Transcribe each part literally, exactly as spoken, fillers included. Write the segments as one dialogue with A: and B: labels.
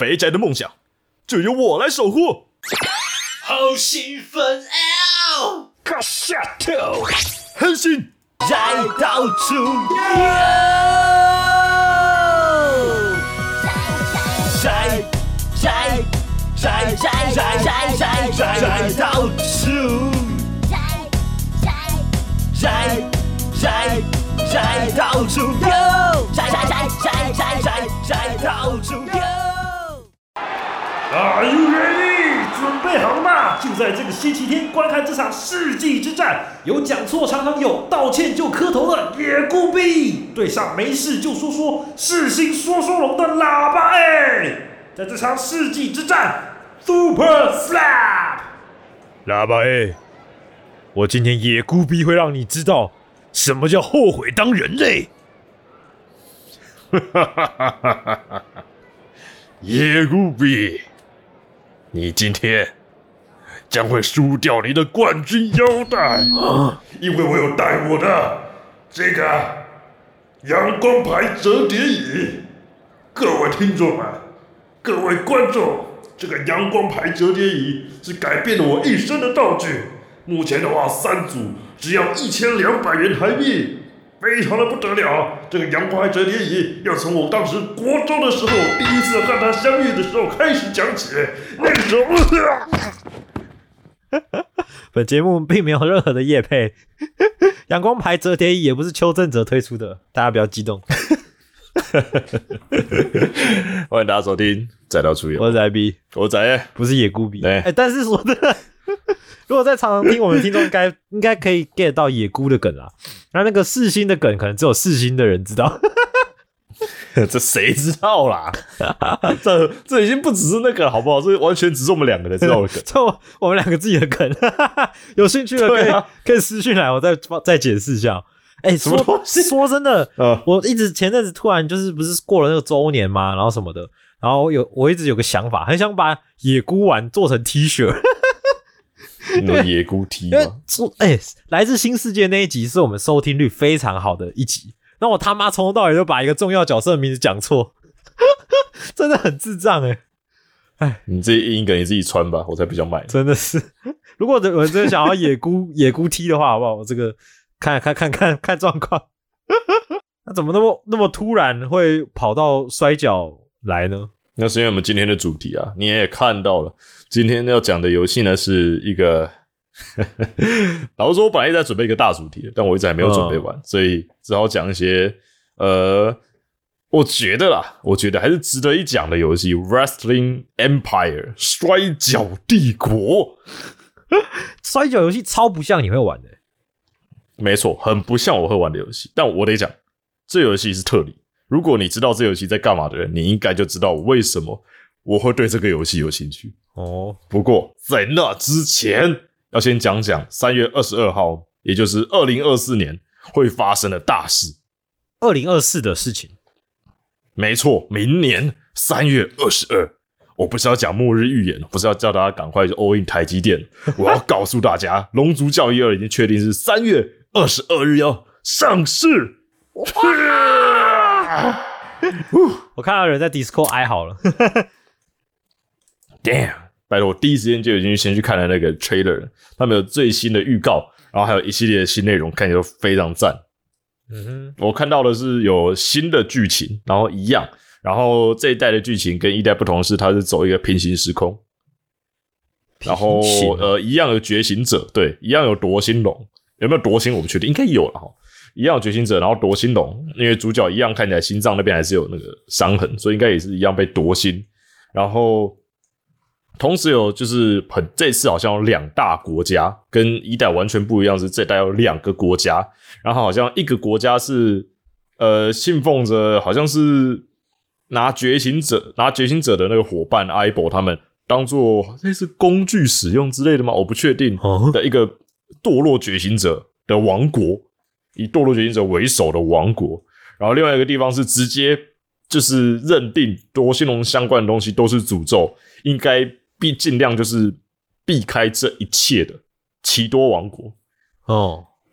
A: 肥宅的梦想就由我来守护。
B: 好兴奋啊！
A: 卡下头，狠心
B: 宅到处游，宅宅宅宅宅宅宅宅宅到处，宅宅宅到处游，宅宅宅宅宅宅宅到处游。
C: Are you ready？ 准备好了吗？就在这个星期天观看这场世纪之战，有讲错常常有，道歉就磕头的野孤逼对上没事就说说世新说说龙的喇叭 A， 在这场世纪之战 Super Slap。
A: 喇叭 A， 我今天野孤逼会让你知道什么叫后悔当人类。野孤逼，你今天将会输掉你的冠军腰带，
C: 因为我有带我的这个阳光牌折叠椅。各位听众们，各位观众，这个阳光牌折叠椅是改变了我一生的道具。目前的话，三组只要一千两百元台币，非常的不得了。这个阳光牌折叠椅要从我当时国中的时候第一次和他相遇的时候开始讲起。那个时候，
D: 本节目并没有任何的业配，阳光牌折叠椅也不是邱正哲推出的，大家不要激动。
A: 欢迎大家收听宅到出游，
D: 我是宅 B，
A: 我是宅 A，
D: 不是野孤逼。
A: 哎、
D: 欸，但是说真的，如果在常常听我们听众，应该应该可以 get 到野孤的梗啦。那那个世新的梗，可能只有世新的人知道。
A: 这谁知道啦？这这已经不只是那个好不好？这完全只是我们两个人知道的梗。
D: 这我我们两个自己的梗，有兴趣的可以、啊、可以私讯来，我再再解释一下。哎、欸，说说真的、嗯，我一直前阵子突然就是不是过了那个周年嘛，然后什么的，然后有我一直有个想法，很想把野孤丸做成 T 恤。
A: 那野孤 T 吗？
D: 哎、欸，来自新世界那一集是我们收听率非常好的一集。那我他妈从头到尾就把一个重要角色的名字讲错，真的很智障哎！哎，
A: 你自己印一个你自己穿吧，我才比较买。
D: 真的是，如果有人真的想要野孤野孤踢的话，好不好？我这个看看看看看状况。那怎么那么那么突然会跑到摔跤来呢？
A: 那是因为我们今天的主题啊，你也看到了，今天要讲的游戏呢是一个。老实说，我本来一直在准备一个大主题，但我一直还没有准备完，嗯、所以只好讲一些呃，我觉得啦，我觉得还是值得一讲的游戏 ，Wrestling Empire 摔角帝国。
D: 摔角游戏超不像你会玩的，
A: 没错，很不像我会玩的游戏。但我得讲，这游戏是特例。如果你知道这游戏在干嘛的人，你应该就知道为什么我会对这个游戏有兴趣哦。不过在那之前。要先讲讲三月二十二号，也就是二零二四年会发生的大事。
D: 二零二四的事情，
A: 没错，明年三月二十二，我不是要讲末日预言，不是要叫大家赶快就 all in 台积电，我要告诉大家，龙族教义二已经确定是三月二十二日要上市。
D: 我看到有人在 Discord 哀嚎了。
A: Damn。拜托，我第一时间就已经先去看了那个 trailer， 他们有最新的预告，然后还有一系列的新内容，看起来都非常赞。嗯哼，我看到的是有新的剧情，然后一样，然后这一代的剧情跟一代不同的是，它是走一个平行时空，然后呃一样有觉醒者，对，一样有夺心龙，有没有夺心我不确定，应该有啦齁，一样有觉醒者，然后夺心龙，因为主角一样看起来心脏那边还是有那个伤痕，所以应该也是一样被夺心，然后。同时有就是很这次好像有两大国家跟一代完全不一样，是这代有两个国家，然后好像一个国家是呃信奉着好像是拿觉醒者拿觉醒者的那个伙伴 I B O 他们当做类似工具使用之类的吗？我不确定的一个堕落觉醒者的王国，以堕落觉醒者为首的王国，然后另外一个地方是直接就是认定夺心龙相关的东西都是诅咒，应该必尽量就是避开这一切的奇多王国哦，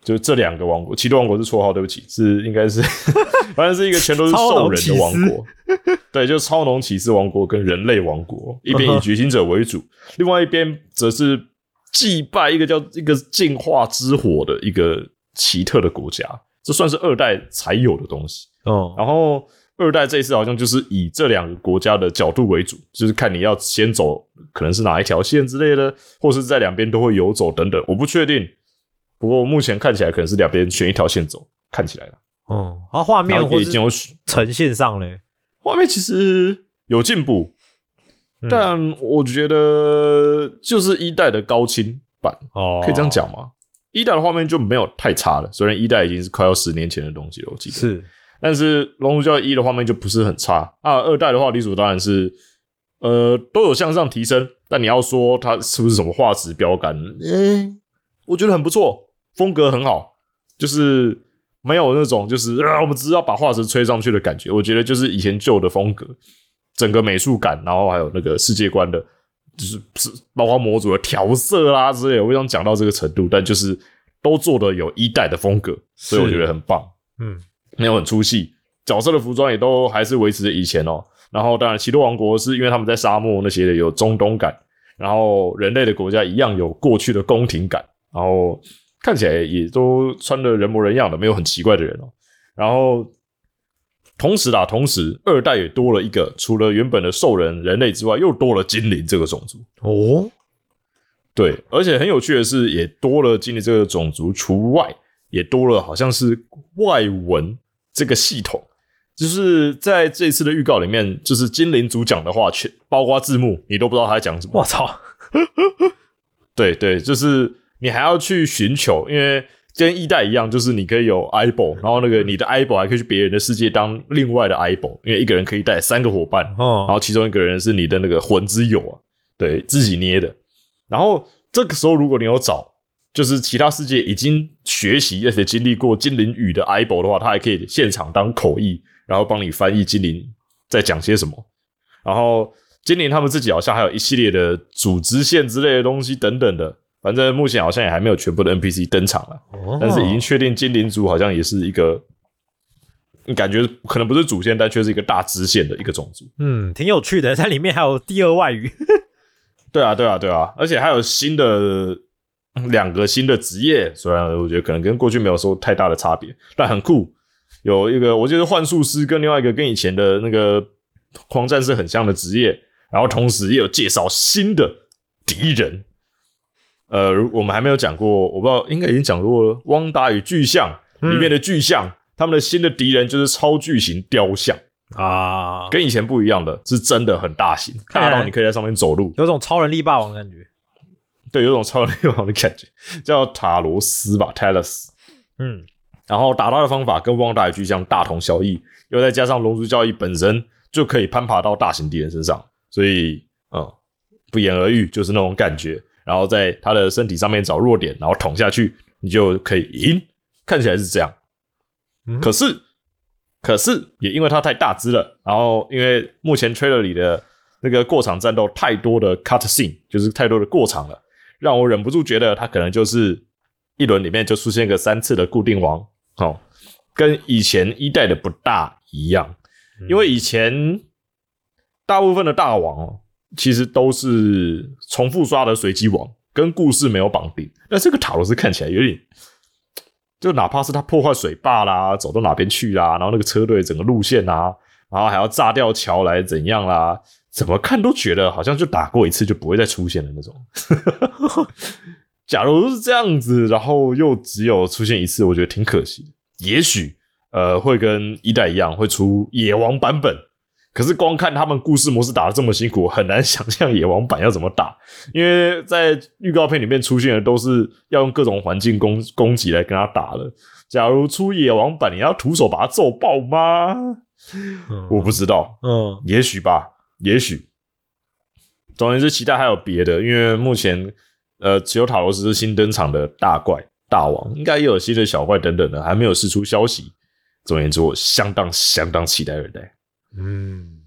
A: 就这两个王国，奇多王国是绰号，对不起，是应该是，反正是一个全都是兽人的王国。对，就是超农骑士王国跟人类王国，一边以觉醒者为主，嗯、另外一边则是祭拜一个叫一个进化之火的一个奇特的国家，这算是二代才有的东西。哦，然后二代这一次好像就是以这两个国家的角度为主，就是看你要先走可能是哪一条线之类的，或是在两边都会游走等等，我不确定。不过目前看起来可能是两边选一条线走，看起来了。
D: 哦、嗯，它画面或是呈现上嘞，
A: 画面其实有进步，嗯、但我觉得就是一代的高清版，哦，可以这样讲吗？一代的画面就没有太差了，虽然一代已经是快要十年前的东西了，我记得
D: 是，
A: 但是《龙族教义》的画面就不是很差啊。二代的话，理所当然是呃都有向上提升，但你要说它是不是什么画质标杆，嗯，我觉得很不错。风格很好，就是没有那种就是啊，我们只是要把画质吹上去的感觉。我觉得就是以前旧的风格，整个美术感，然后还有那个世界观的，就是包括模组的调色啦之类的，我不想讲到这个程度，但就是都做的有一代的风格，所以我觉得很棒。嗯，没有很出戏，角色的服装也都还是维持着以前哦。然后当然，奇多王国是因为他们在沙漠那些的有中东感，然后人类的国家一样有过去的宫廷感，然后。看起来也都穿得人模人样的，没有很奇怪的人哦。然后同时啦，同时二代也多了一个，除了原本的兽人、人类之外，又多了精灵这个种族哦。对，而且很有趣的是，也多了精灵这个种族除外，也多了好像是外文这个系统。就是在这一次的预告里面，就是精灵族讲的话，全包括字幕，你都不知道他在讲什么。
D: 我操！
A: 对对，就是。你还要去寻求，因为跟一代一样，就是你可以有 eyeball， 然后那个你的 eyeball 还可以去别人的世界当另外的 eyeball， 因为一个人可以带三个伙伴，哦，然后其中一个人是你的那个魂之友啊，对，自己捏的。然后这个时候，如果你有找，就是其他世界已经学习而且经历过精灵语的 eyeball 的话，他还可以现场当口译，然后帮你翻译精灵在讲些什么。然后精灵他们自己好像还有一系列的组织线之类的东西等等的。反正目前好像也还没有全部的 N P C 登场了，哦、但是已经确定精灵族好像也是一个，感觉可能不是主线，但却是一个大支线的一个种族。
D: 嗯，挺有趣的，在里面还有第二外语。
A: 对啊，对啊，对啊，而且还有新的两个新的职业，虽然我觉得可能跟过去没有说太大的差别，但很酷。有一个我记得幻术师跟另外一个跟以前的那个狂战士很像的职业，然后同时也有介绍新的敌人。呃，我们还没有讲过，我不知道应该已经讲过了。汪达与巨像里面的巨像，嗯、他们的新的敌人就是超巨型雕像啊，跟以前不一样的，是真的很大型，大到你可以在上面走路，
D: 有种超人力霸王的感觉。
A: 对，有种超人力霸王的感觉，叫塔罗斯吧 ，Talos。嗯，然后打他的方法跟汪达与巨像大同小异，又再加上龙族教义本身就可以攀爬到大型敌人身上，所以嗯，不言而喻，就是那种感觉。然后在他的身体上面找弱点，然后捅下去，你就可以赢。看起来是这样，嗯、可是，可是也因为他太大只了，然后因为目前 trailer 里的那个过场战斗太多的 cut scene， 就是太多的过场了，让我忍不住觉得他可能就是一轮里面就出现个三次的固定王，哦，跟以前一代的不大一样，嗯、因为以前大部分的大王哦。其实都是重复刷的随机王，跟故事没有绑定。但这个塔罗斯看起来有点，就哪怕是他破坏水坝啦，走到哪边去啦，然后那个车队整个路线啊，然后还要炸掉桥来怎样啦，怎么看都觉得好像就打过一次就不会再出现的那种。假如是这样子，然后又只有出现一次，我觉得挺可惜的。也许呃会跟一代一样，会出野王版本。可是光看他们故事模式打得这么辛苦，很难想象野王版要怎么打，因为在预告片里面出现的都是要用各种环境攻攻击来跟他打了。假如出野王版，你要徒手把他揍爆吗？嗯、我不知道，嗯，也许吧，也许。总而言之，期待还有别的，因为目前呃只有塔罗斯是新登场的大怪大王，应该也有新的小怪等等的，还没有释出消息。总而言之，我相当相当期待二代。
D: 嗯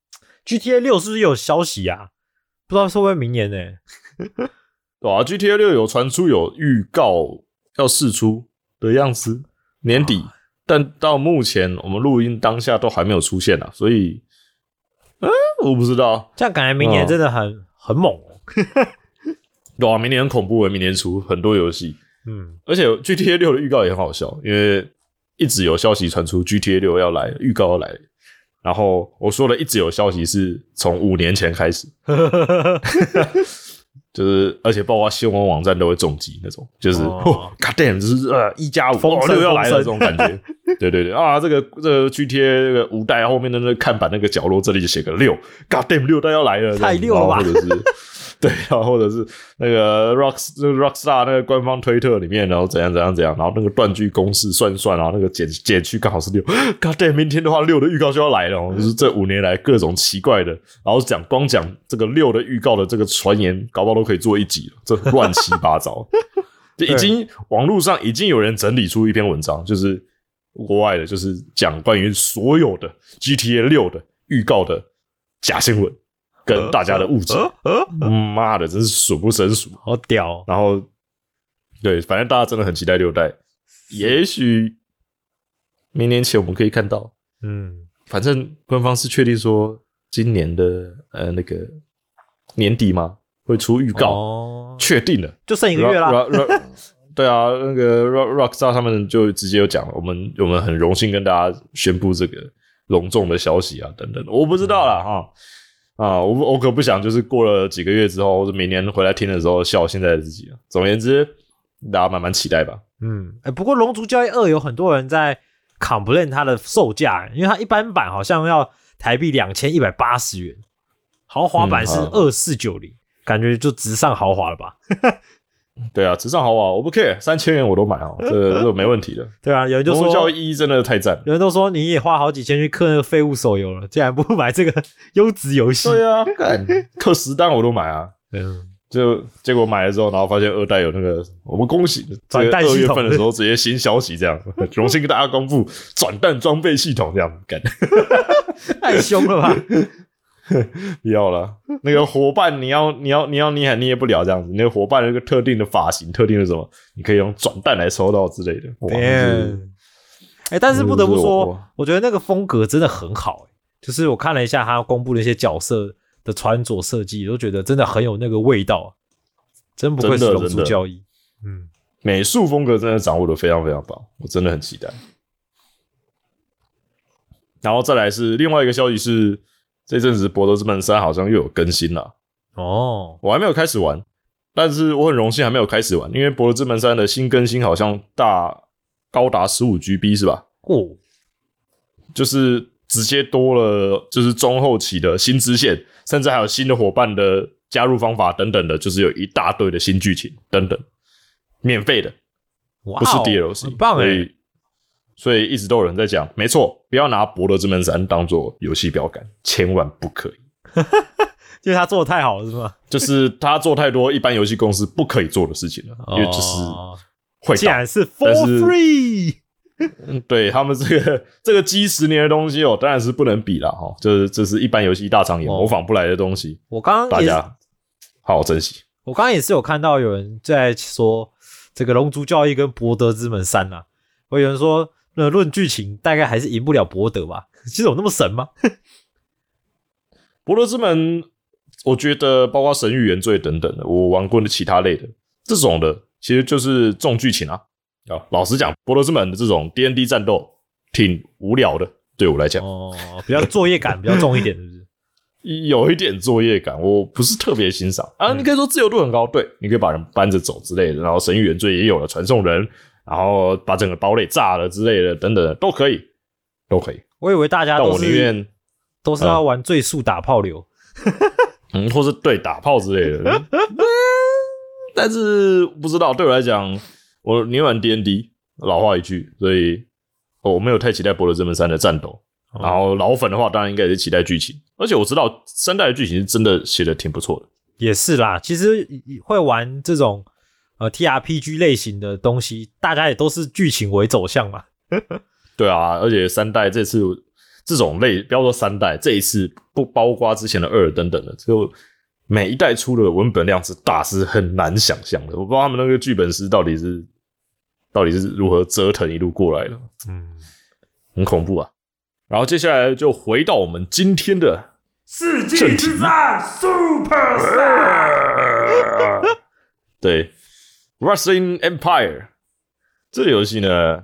D: ，G T A 六是不是有消息啊？不知道是不是明年呢、欸？
A: 对啊 ，G T A 六有传出有预告要释出， 的样子，年底，但到目前我们录音当下都还没有出现啊，所以，嗯，我不知道，
D: 这样感觉明年真的很、嗯、很猛哦。
A: 对啊，明年很恐怖诶，明年出很多游戏，
D: 嗯，
A: 而且 G T A 六的预告也很好笑，因为一直有消息传出 G T A 六要来，预告要来。然后我说的一直有消息是从五年前开始，就是而且包括新闻网站都会重击那种，就是、哦哦、God damn， 就是呃一加五哦六要来了这种感觉，对对对啊，这个这个 G T A 这个五代后面的那个看板那个角落这里就写个六 ，God damn 六代要来了，
D: 太六了吧，
A: 或者是对，然后或者是那个 Rock Rockstar 那个官方推特里面，然后怎样怎样怎样，然后那个断句公式算算，然后那个减减去刚好是六 ，God damn， 明天的话六的预告就要来了、哦，就是这五年来各种奇怪的，然后讲光讲这个六的预告的这个传言，搞不好都可以做一集了，这乱七八糟，就已经网络上已经有人整理出一篇文章，就是国外的，就是讲关于所有的 G T A 六的预告的假新闻。跟大家的误解，妈的，真是数不胜数，
D: 好屌！
A: 然后，对，反正大家真的很期待六代，也许明年前我们可以看到，
D: 嗯，
A: 反正官方是确定说今年的呃那个年底嘛会出预告，确、哦、定了，
D: 就剩一个月啦。
A: Rock, Rock, Rock, 对啊，那个 Rockstar 他们就直接有讲了，我们我们很荣幸跟大家宣布这个隆重的消息啊，等等，我不知道啦哈。啊，我我可不想就是过了几个月之后，或者明年回来听的时候笑现在的自己了。总而言之，大家慢慢期待吧。
D: 嗯，哎、欸，不过《龙族交易二》有很多人在 complain 它的售价，因为它一般版好像要台币两千一百八十元，豪华版是二四九零，感觉就直上豪华了吧？
A: 对啊，直上豪华，我不 care， 三千元我都买啊，这个、这个没问题的。
D: 对啊，有人就说
A: 交易一真的太赞了，
D: 有人都说你也花好几千去氪那个废物手游了，竟然不买这个优质游戏。
A: 对啊，氪十单我都买啊。
D: 嗯，
A: 就结果买了之后，然后发现二代有那个，我们恭喜
D: 转蛋系统，
A: 二月份的时候直接新消息这样，荣幸跟大家公布转蛋装备系统这样干，
D: 太凶了吧？
A: 不要了，那个伙伴你要你要你要你还捏不了这样子，那个伙伴那个特定的发型、特定的什么，你可以用转蛋来抽到之类的。哇，
D: 哎、欸，但是不得不说，我, 我觉得那个风格真的很好、欸，就是我看了一下他公布的一些角色的穿着设计，都觉得真的很有那个味道，真不愧是龙珠交易。嗯，
A: 美术风格真的掌握的非常非常棒，我真的很期待。然后再来是另外一个消息是。这阵子《博德之门三》好像又有更新了
D: 哦，
A: 我还没有开始玩，但是我很荣幸还没有开始玩，因为《博德之门三》的新更新好像大高达 十五 G B 是吧？
D: 哦，
A: 就是直接多了，就是中后期的新支线，甚至还有新的伙伴的加入方法等等的，就是有一大堆的新剧情等等，免费的，不是 D L C，
D: 很棒耶。
A: 所以一直都有人在讲，没错，不要拿《博德之门三》当做游戏标杆，千万不可以。
D: 因为他做的太好了，是吗？
A: 就是他做太多一般游戏公司不可以做的事情了，
D: 哦、
A: 因为就是会
D: 既然是 for free，
A: 嗯，对他们这个这个几十年的东西哦，当然是不能比啦哈，就是这是一般游戏大厂也模仿不来的东西。
D: 哦、我刚刚
A: 大家好好珍惜。
D: 我刚刚也是有看到有人在说这个《龙族教义》跟《博德之门三》啊，我有人说。那论剧情，大概还是赢不了博德吧？其实有那么神吗？
A: 博德之门，我觉得包括神域原罪等等的，我玩过的其他类的这种的，其实就是重剧情啊。老实讲，博德之门的这种 D N D 战斗挺无聊的，对我来讲，
D: 哦，比较作业感比较重一点，是不是？
A: 有一点作业感，我不是特别欣赏啊。嗯、你可以说自由度很高，对，你可以把人搬着走之类的，然后神域原罪也有了传送人。然后把整个堡垒炸了之类的，等等的都可以，都可以。
D: 我以为大家都是，
A: 但我宁愿
D: 都是要玩最速打炮流，
A: 嗯，或是对打炮之类的。但是不知道对我来讲，我宁愿玩 D N D， 老话一句，所以、哦、我没有太期待《博德之门三》的战斗。哦、然后老粉的话，当然应该也是期待剧情，而且我知道三代的剧情是真的写的挺不错的。
D: 也是啦，其实会玩这种。呃 ，T R P G 类型的东西，大家也都是剧情为走向嘛。
A: 对啊，而且三代这次这种类，不要说三代，这一次不包括之前的二等等的，就每一代出的文本量之大是很难想象的。我不知道他们那个剧本师到底是到底是如何折腾一路过来的，嗯，很恐怖啊。然后接下来就回到我们今天的
C: 世纪之战 Super 赛，
A: 对 ，Wrestling Empire 这个游戏呢，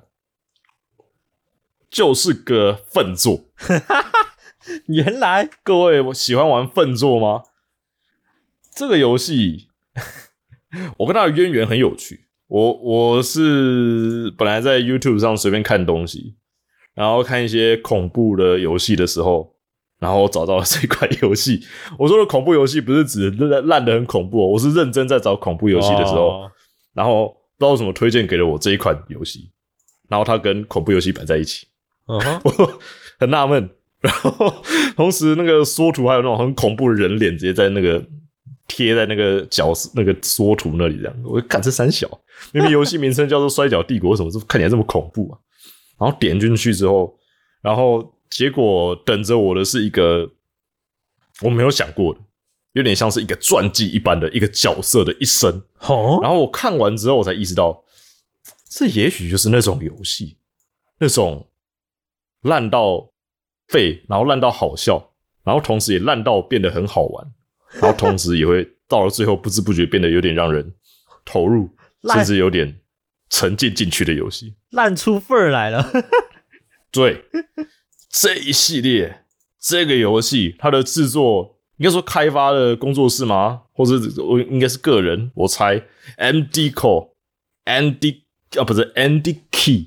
A: 就是个粪作。
D: 原来
A: 各位喜欢玩粪作吗？这个游戏，我跟它的渊源很有趣。我我是本来在 YouTube 上随便看东西，然后看一些恐怖的游戏的时候，然后找到了这款游戏。我说的恐怖游戏不是指烂的很恐怖哦，我是认真在找恐怖游戏的时候，哦、然后不知道为什么推荐给了我这一款游戏，然后它跟恐怖游戏摆在一起，嗯、我很纳闷。然后同时那个缩图还有那种很恐怖的人脸，直接在那个贴在那个角那个缩图那里，这样我干这三小，明明游戏名称叫做《摔角帝国》，为什么看起来这么恐怖啊？然后点进去之后，然后结果等着我的是一个我没有想过的，有点像是一个传记一般的一个角色的一生。
D: 哦、
A: 然后我看完之后，我才意识到，这也许就是那种游戏，那种烂到废，然后烂到好笑，然后同时也烂到变得很好玩，然后同时也会到了最后不知不觉变得有点让人投入，甚至有点沉浸进去的游戏，
D: 烂出份儿来了。
A: 对，这一系列这个游戏，它的制作应该说开发的工作室吗？或者应该是个人？我猜 M D Cole、Andy 啊，不是 Andy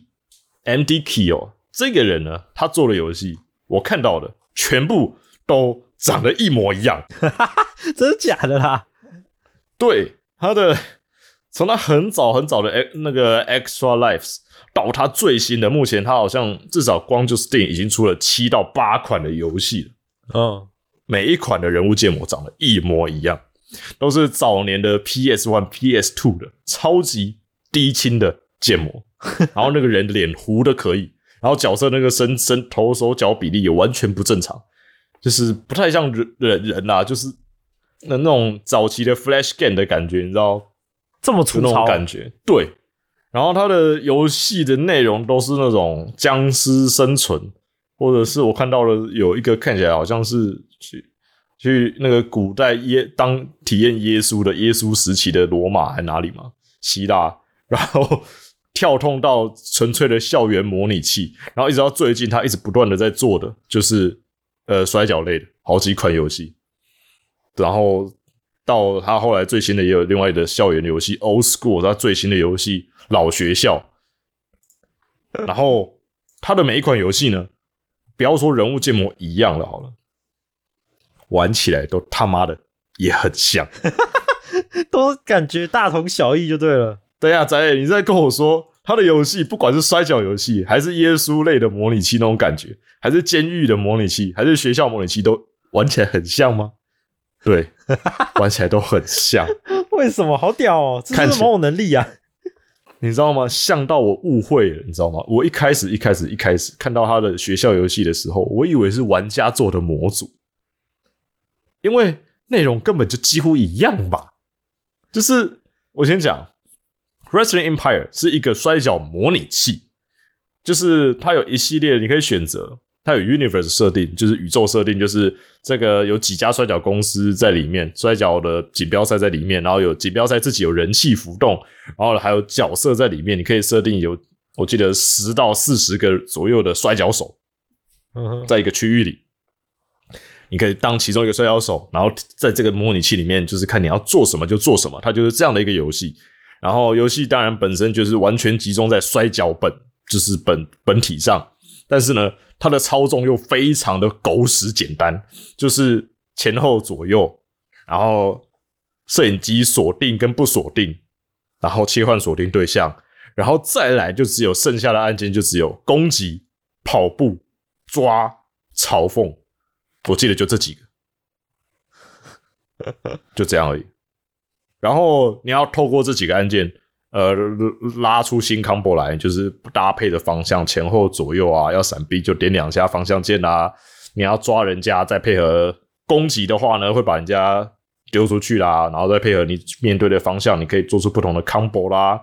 A: Key、Andy Key 哦，这个人呢，他做的游戏，我看到的全部都长得一模一样。
D: 真的假的啦？
A: 对，他的从他很早很早的那个 Extra Lives 到他最新的，目前他好像至少光就 Steam 已经出了七到八款的游戏了。
D: 嗯，
A: 每一款的人物建模长得一模一样，都是早年的 P S 一、P S 二 的超级低清的建模，然后那个人的脸糊的可以，然后角色那个身身头手脚比例也完全不正常，就是不太像人人人啦、啊，就是那那种早期的 Flash Game 的感觉，你知道？
D: 这么粗糙
A: 那种感觉，对。然后它的游戏的内容都是那种僵尸生存，或者是我看到了有一个看起来好像是去去那个古代耶当体验耶稣的耶稣时期的罗马还哪里嘛，希腊，然后跳通到纯粹的校园模拟器，然后一直到最近他一直不断的在做的就是呃摔角类的好几款游戏，然后到他后来最新的也有另外的校园游戏 Old School， 他最新的游戏老学校，然后他的每一款游戏呢，不要说人物建模一样了好了，玩起来都他妈的也很像，
D: 都感觉大同小异就对了。
A: 对啊，仔，你在跟我说他的游戏，不管是摔角游戏，还是耶稣类的模拟器那种感觉，还是监狱的模拟器，还是学校模拟器，都玩起来很像吗？对，玩起来都很像。
D: 为什么？好屌哦！这是某种能力啊！
A: 你知道吗？像到我误会了，你知道吗？我一开始一开始一开始看到他的学校游戏的时候，我以为是玩家做的模组，因为内容根本就几乎一样吧。就是我先讲 ，Wrestling Empire 是一个摔角模拟器，就是它有一系列你可以选择。它有 universe 设定，就是宇宙设定，就是这个有几家摔角公司在里面，摔角的锦标赛在里面，然后有锦标赛自己有人气浮动，然后还有角色在里面，你可以设定有我记得十到四十个左右的摔角手，在一个区域里，你可以当其中一个摔角手，然后在这个模拟器里面，就是看你要做什么就做什么，它就是这样的一个游戏。然后游戏当然本身就是完全集中在摔角本，就是本本体上，但是呢。它的操纵又非常的狗屎简单，就是前后左右，然后摄影机锁定跟不锁定，然后切换锁定对象，然后再来就只有剩下的按键就只有攻击、跑步、抓、嘲讽，我记得就这几个，就这样而已。然后你要透过这几个按键呃，拉出新 combo 来，就是搭配的方向前后左右啊，要闪避就点两下方向键啊。你要抓人家，再配合攻击的话呢，会把人家丢出去啦，然后再配合你面对的方向，你可以做出不同的 combo 啦。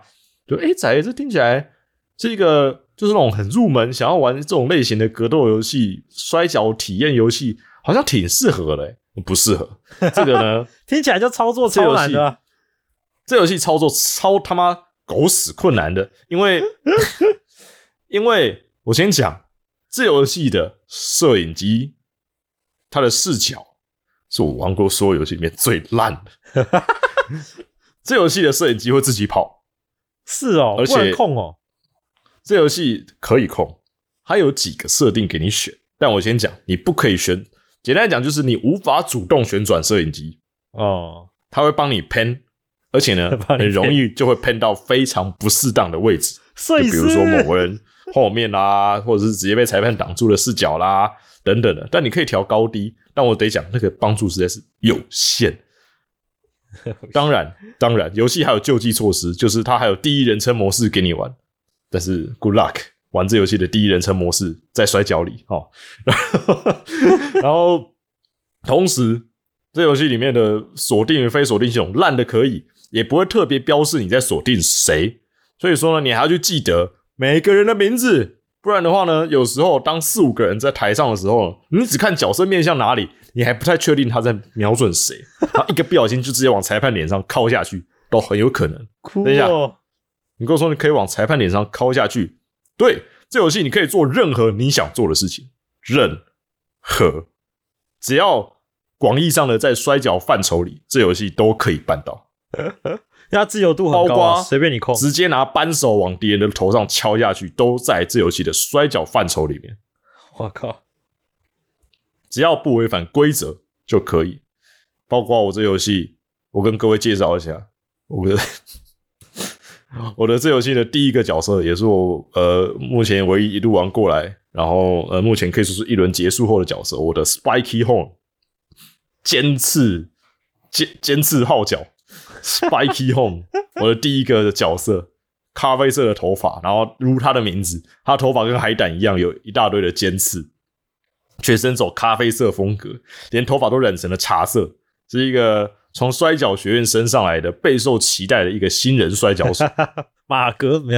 A: 就哎仔，这听起来是一个就是那种很入门，想要玩这种类型的格斗游戏、摔跤体验游戏，好像挺适合的、欸。不适合这个呢，
D: 听起来就操作超难的、啊。
A: 这游戏操作超他妈狗屎困难的，因为因为我先讲，这游戏的摄影机，它的视角是我玩过所有游戏里面最烂的。这游戏的摄影机会自己跑，
D: 是哦，
A: 而且
D: 不能控哦。
A: 这游戏可以控，它有几个设定给你选，但我先讲，你不可以选。简单来讲，就是你无法主动旋转摄影机
D: 哦，
A: 它会帮你偏，而且呢，很容易就会偏到非常不适当的位置。
D: 就
A: 比如说某个人后面啦，或者是直接被裁判挡住的视角啦，等等的。但你可以调高低，但我得讲，那个帮助实在是有限。当然，当然，游戏还有救济措施，就是它还有第一人称模式给你玩，但是 good luck。玩这游戏的第一人称模式在摔跤里哦，然后同时这游戏里面的锁定与非锁定系统烂的可以，也不会特别标示你在锁定谁，所以说呢，你还要去记得每个人的名字，不然的话呢，有时候当四五个人在台上的时候，你只看角色面向哪里，你还不太确定他在瞄准谁，然后一个不小心就直接往裁判脸上敲下去，都很有可能。
D: 酷哦、
A: 等一下，你跟我说你可以往裁判脸上敲下去。对，这游戏你可以做任何你想做的事情，任何，只要广义上的在摔跤范畴里，这游戏都可以办到。
D: 它自由度很高、啊，随便你控，
A: 直接拿扳手往敌人的头上敲下去，都在这游戏的摔跤范畴里面。
D: 我靠，
A: 只要不违反规则就可以。包括我这游戏，我跟各位介绍一下，我的。我的这游戏的第一个角色，也是我呃目前唯一一路玩过来，然后呃目前可以说是一轮结束后的角色，我的 Spiky Horn 尖刺尖尖刺号角 Spiky Horn 我的第一个角色，咖啡色的头发，然后如他的名字，他的头发跟海胆一样有一大堆的尖刺，全身走咖啡色风格，连头发都染成了茶色，是一个从摔跤学院升上来的备受期待的一个新人摔跤手。
D: 马格没有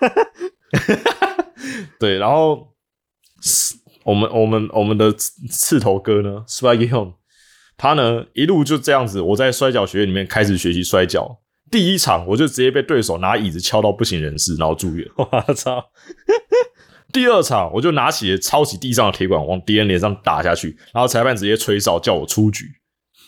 A: 对，然后我们我们我们的刺头哥呢 Spiky Horn 他呢一路就这样子，我在摔跤学院里面开始学习摔跤，第一场我就直接被对手拿椅子敲到不省人事，然后住院。
D: 我操！
A: 第二场我就拿起了抄起地上的铁管往敌人脸上打下去，然后裁判直接吹哨叫我出局。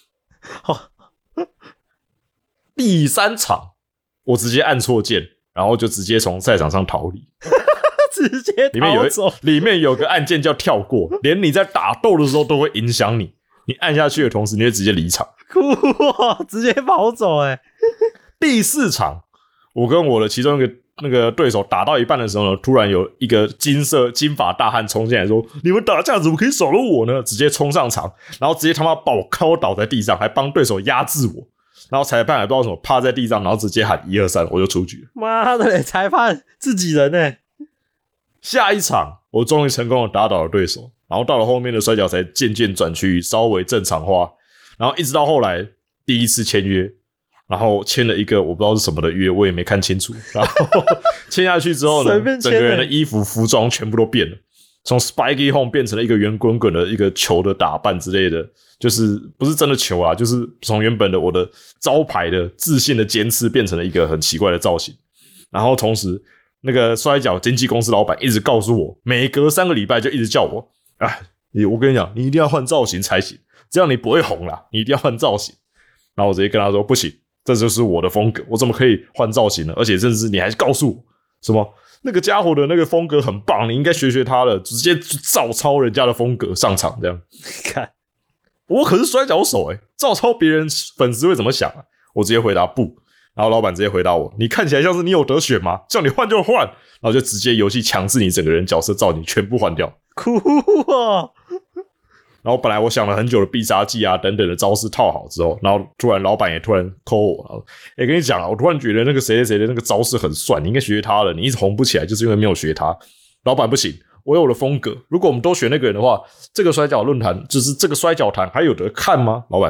A: 第三场我直接按错键，然后就直接从赛场上逃离。
D: 直接逃走。
A: 里面有个按键叫跳过，连你在打斗的时候都会影响你，你按下去的同时你会直接离场。
D: 酷哦，直接跑走欸。
A: 第四场我跟我的其中一个那个对手打到一半的时候呢，突然有一个金色金发大汉冲进来说，你们打这样怎么可以少了我呢？直接冲上场，然后直接他妈把我敲倒在地上，还帮对手压制我，然后裁判还不知道什么趴在地上，然后直接喊一二三，我就出局了。
D: 妈的嘞，裁判自己人欸。
A: 下一场我终于成功的打倒了对手，然后到了后面的摔跤才渐渐转趋稍微正常化，然后一直到后来第一次签约，然后签了一个我不知道是什么的约，我也没看清楚，然后签下去之后呢，整个人的衣服服装全部都变了，从 Spiky Horn 变成了一个圆滚滚的一个球的打扮之类的，就是不是真的球啊，就是从原本的我的招牌的自信的尖刺变成了一个很奇怪的造型。然后同时那个摔跤经纪公司老板一直告诉我，每隔三个礼拜就一直叫我，哎，我跟你讲，你一定要换造型才行，这样你不会红啦，你一定要换造型。然后我直接跟他说，不行，这就是我的风格，我怎么可以换造型呢？而且甚至你还告诉我什么那个家伙的那个风格很棒，你应该学学他的，直接照抄人家的风格上场，这样看，我可是摔跤手诶、欸、照抄别人粉丝会怎么想啊？我直接回答不，然后老板直接回答我，你看起来像是你有得选吗？叫你换就换，然后就直接游戏强制你整个人角色造型全部换掉，
D: 酷哦。
A: 然后本来我想了很久的必杀技啊等等的招式套好之后，然后突然老板也突然 call 我，然后诶、欸、跟你讲啊，我突然觉得那个谁谁谁的那个招式很帅，你应该学学他了，你一直红不起来就是因为没有学他。老板不行，我有我的风格，如果我们都学那个人的话，这个摔跤论坛就是这个摔跤坛还有得看吗？老板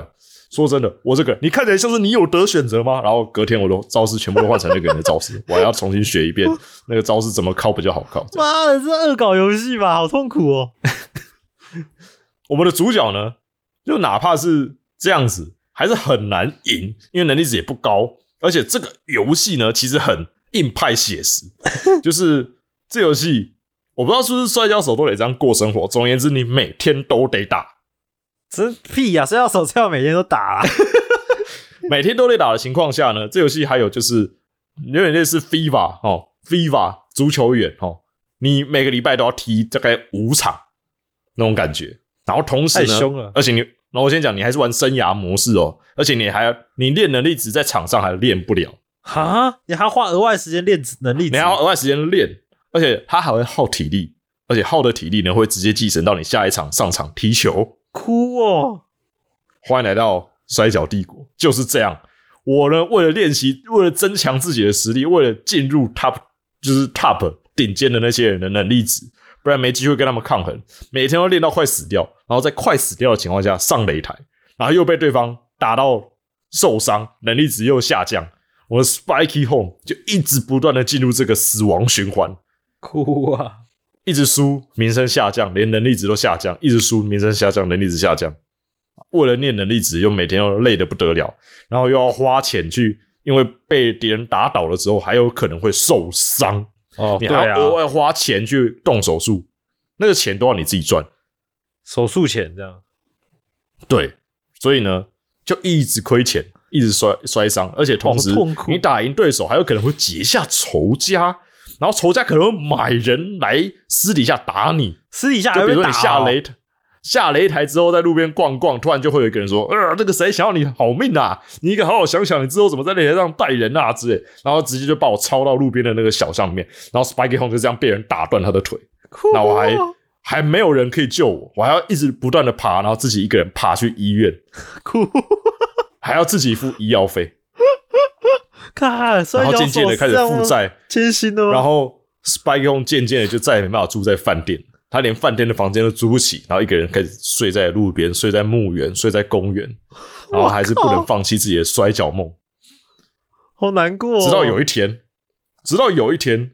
A: 说真的，我这个你看起来像是你有得选择吗？然后隔天我的招式全部都换成那个人的招式，我还要重新学一遍那个招式怎么靠比较好靠。
D: 妈的，这恶搞游戏吧，好痛苦哦。
A: 我们的主角呢，就哪怕是这样子，还是很难赢，因为能力值也不高，而且这个游戏呢，其实很硬派写实，就是这游戏我不知道是不是摔跤手都得这样过生活。总而言之，你每天都得打。
D: 真屁呀、啊！摔跤手最好每天都打、啊，
A: 每天都得打的情况下呢，这游戏还有就是有点类似 FIFA 哦 ，FIFA 足球员哦，你每个礼拜都要踢大概五场那种感觉。然后同时呢，
D: 太凶了，
A: 而且你，然后我先讲，你还是玩生涯模式哦，而且你还要你练能力值在场上还练不了
D: 哈，你还要花额外时间练能力值，
A: 你还要额外时间练，而且它还会耗体力，而且耗的体力呢会直接继承到你下一场上场踢球。
D: 哭哦！
A: 欢迎来到摔角帝国，就是这样。我呢，为了练习，为了增强自己的实力，为了进入 top， 就是 top 顶尖的那些人的能力值，不然没机会跟他们抗衡。每天都练到快死掉，然后在快死掉的情况下上擂台，然后又被对方打到受伤，能力值又下降。我的 Spiky Home 就一直不断的进入这个死亡循环，
D: 哭啊！
A: 一直输，名声下降，连能力值都下降；一直输，名声下降，能力值下降。为了念能力值，又每天又累得不得了，然后又要花钱去，因为被敌人打倒了之后，还有可能会受伤。
D: 哦，
A: 你还要额外花钱去动手术，那个钱都要你自己赚，
D: 手术钱这样。
A: 对，所以呢，就一直亏钱，一直摔摔伤，而且同时你打赢对手，还有可能会结下仇家。然后仇家可能会买人来私底下打你，
D: 私底下还
A: 会打、哦、就比如说你下擂台，下擂台之后在路边逛逛，突然就会有一个人说：“呃，这个谁想要你好命啊？你应该好好想想，你之后怎么在擂台上带人啊之类。”然后直接就把我抄到路边的那个小巷里面，然后 Spiky Home 就这样被人打断他的腿，然后我还还没有人可以救我，我还要一直不断的爬，然后自己一个人爬去医院，哭，还要自己付医药费。
D: 看，
A: 然后渐渐的开始负债，
D: 艰辛哦。
A: 然后 Spiky Home 渐渐的就再也没办法住在饭店，他连饭店的房间都租不起，然后一个人开始睡在路边，睡在墓园，睡在公园，然后还是不能放弃自己的摔跤梦，
D: 好难过、哦。
A: 直到有一天，直到有一天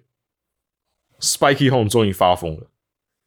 A: ，Spiky Home 终于发疯了。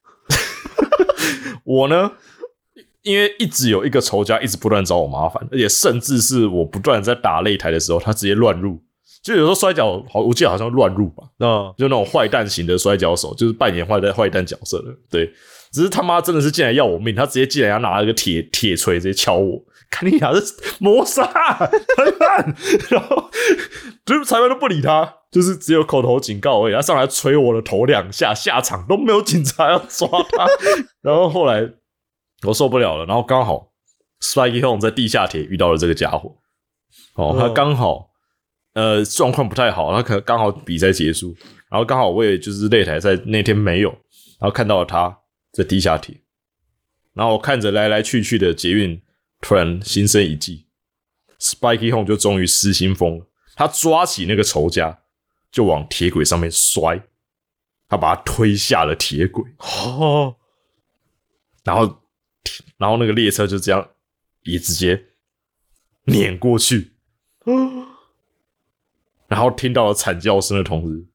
A: 我呢，因为一直有一个仇家一直不断找我麻烦，而且甚至是我不断在打擂台的时候，他直接乱入。就有时候摔跤，好，我记得好像乱入吧，
D: 嗯，
A: 就那种坏蛋型的摔跤手，就是扮演坏蛋坏蛋角色的，对。只是他妈真的是进来要我命，他直接进来要拿了一个铁铁锤直接敲我，看你俩是谋杀裁判，然后就是裁判都不理他，就是只有口头警告而已。他上来捶我的头两下，下场都没有警察要抓他。然后后来我受不了了，然后刚好 Spiky Home 在地下铁遇到了这个家伙，哦，他刚好。呃，状况不太好，他可能刚好比赛结束，然后刚好我也就是擂台赛那天没有，然后看到了他在地下铁，然后我看着来来去去的捷运，突然心生一计 ，Spiky Home 就终于失心疯了，他抓起那个仇家就往铁轨上面摔，他把他推下了铁轨，哦，然后然后那个列车就这样也直接碾过去，哦。然后听到了惨叫声的同时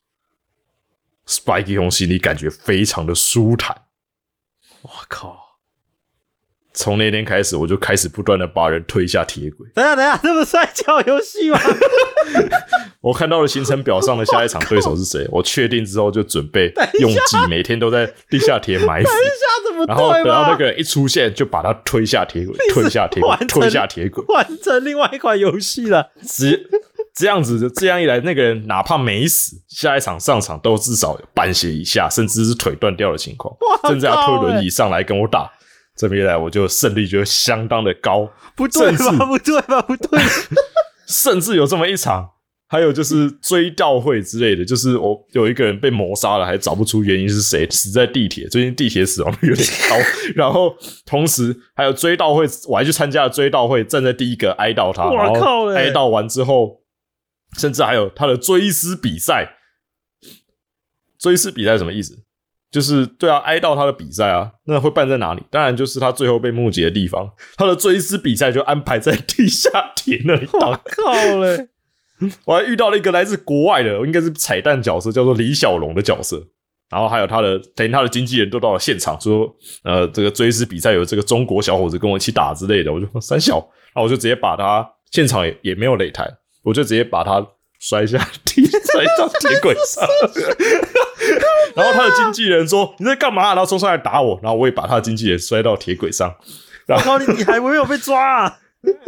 A: ，Spiky Home 心里感觉非常的舒坦。
D: 我靠！
A: 从那天开始，我就开始不断的把人推下铁轨。
D: 等一下，等一下，这不是摔跤游戏吗？
A: 我看到了行程表上的下一场对手是谁，我确定之后就准备用计，每天都在地下铁埋伏。
D: 等一下，怎么对？
A: 然后等到那个人一出现，就把他推下铁轨，推下铁轨，推下铁轨，
D: 完成另外一款游戏了。
A: 直这样子，这样一来，那个人哪怕没死，下一场上场都至少有半血以下，甚至是腿断掉的情况，甚至要推轮椅上来跟我打。这边一来，我就胜率就相当的高。
D: 不对吧？不对吧？不对。
A: 甚至有这么一场，还有就是追悼会之类的，就是我有一个人被谋杀了，还找不出原因是谁，死在地铁。最近地铁死亡率有点高，然后同时还有追悼会，我还去参加了追悼会，站在第一个哀悼他，然后哀悼完之后。甚至还有他的追思比赛，追思比赛什么意思？ 就是对啊，哀悼他的比赛啊，那会办在哪里？当然就是他最后被目击的地方，他的追思比赛就安排在地下铁那里。
D: 我靠嘞！
A: 我还遇到了一个来自国外的，应该是彩蛋角色，叫做李小龙的角色。然后还有他的，等于他的经纪人都到了现场，说，呃，这个追思比赛有这个中国小伙子跟我一起打之类的，我就三小，然后我就直接把他现场也也没有擂台，我就直接把他摔下地，摔到铁轨上。然后他的经纪人说：“你在干嘛？”然后冲上来打我，然后我也把他的经纪人摔到铁轨上。
D: 我靠，你你还没有被抓啊！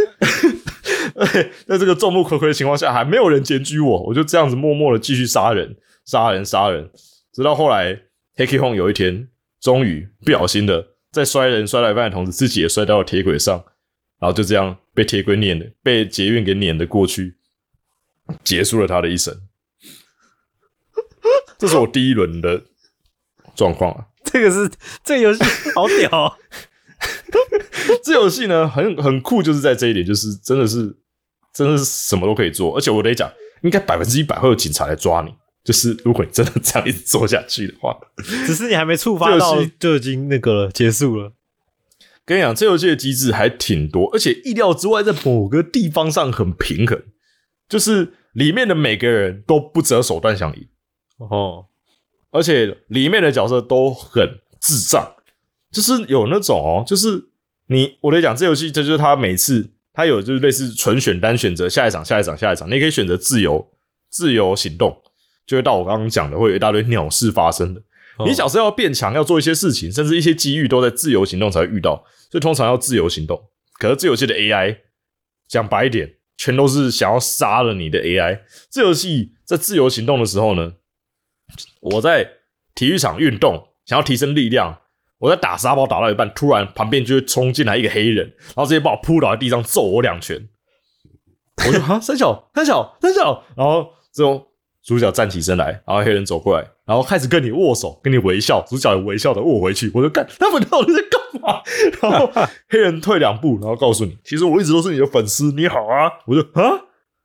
A: 在这个众目睽睽的情况下，还没有人检举我，我就这样子默默的继续杀人，杀人，杀人。直到后来 Hickey Hong 有一天终于不小心的在摔人摔到一半的同时自己也摔到了铁轨上，然后就这样被铁轨碾的被捷运给碾的过去，结束了他的一生。这是我第一轮的状况啊。
D: 这个是这个游戏好屌哦。
A: 这游戏呢很很酷，就是在这一点，就是真的是真的是什么都可以做，而且我得讲应该百分之一百会有警察来抓你，就是如果你真的这样一直做下去的话，
D: 只是你还没触发到就已经那个了，结束了。
A: 跟你讲，这游戏的机制还挺多，而且意料之外，在某个地方上很平衡，就是里面的每个人都不择手段想赢
D: 哦，
A: 而且里面的角色都很智障，就是有那种哦，就是你我得讲，这游戏这就是他每次他有就是类似纯选单选择下一场下一场下一场，你可以选择自由自由行动。就会到我刚刚讲的，会有一大堆鸟事发生的。哦、你假设要变强，要做一些事情，甚至一些机遇都在自由行动才会遇到，所以通常要自由行动。可是这游戏的 A I 讲白一点，全都是想要杀了你的 A I。这游戏在自由行动的时候呢，我在体育场运动，想要提升力量，我在打沙包打到一半，突然旁边就会冲进来一个黑人，然后直接把我扑倒在地上，揍我两拳。我就哈三小三小三小，然后之后。主角站起身来，然后黑人走过来，然后开始跟你握手，跟你微笑，主角也微笑的握回去。我就干，他们到底在干嘛？然后黑人退两步，然后告诉你，其实我一直都是你的粉丝，你好啊。我就啊，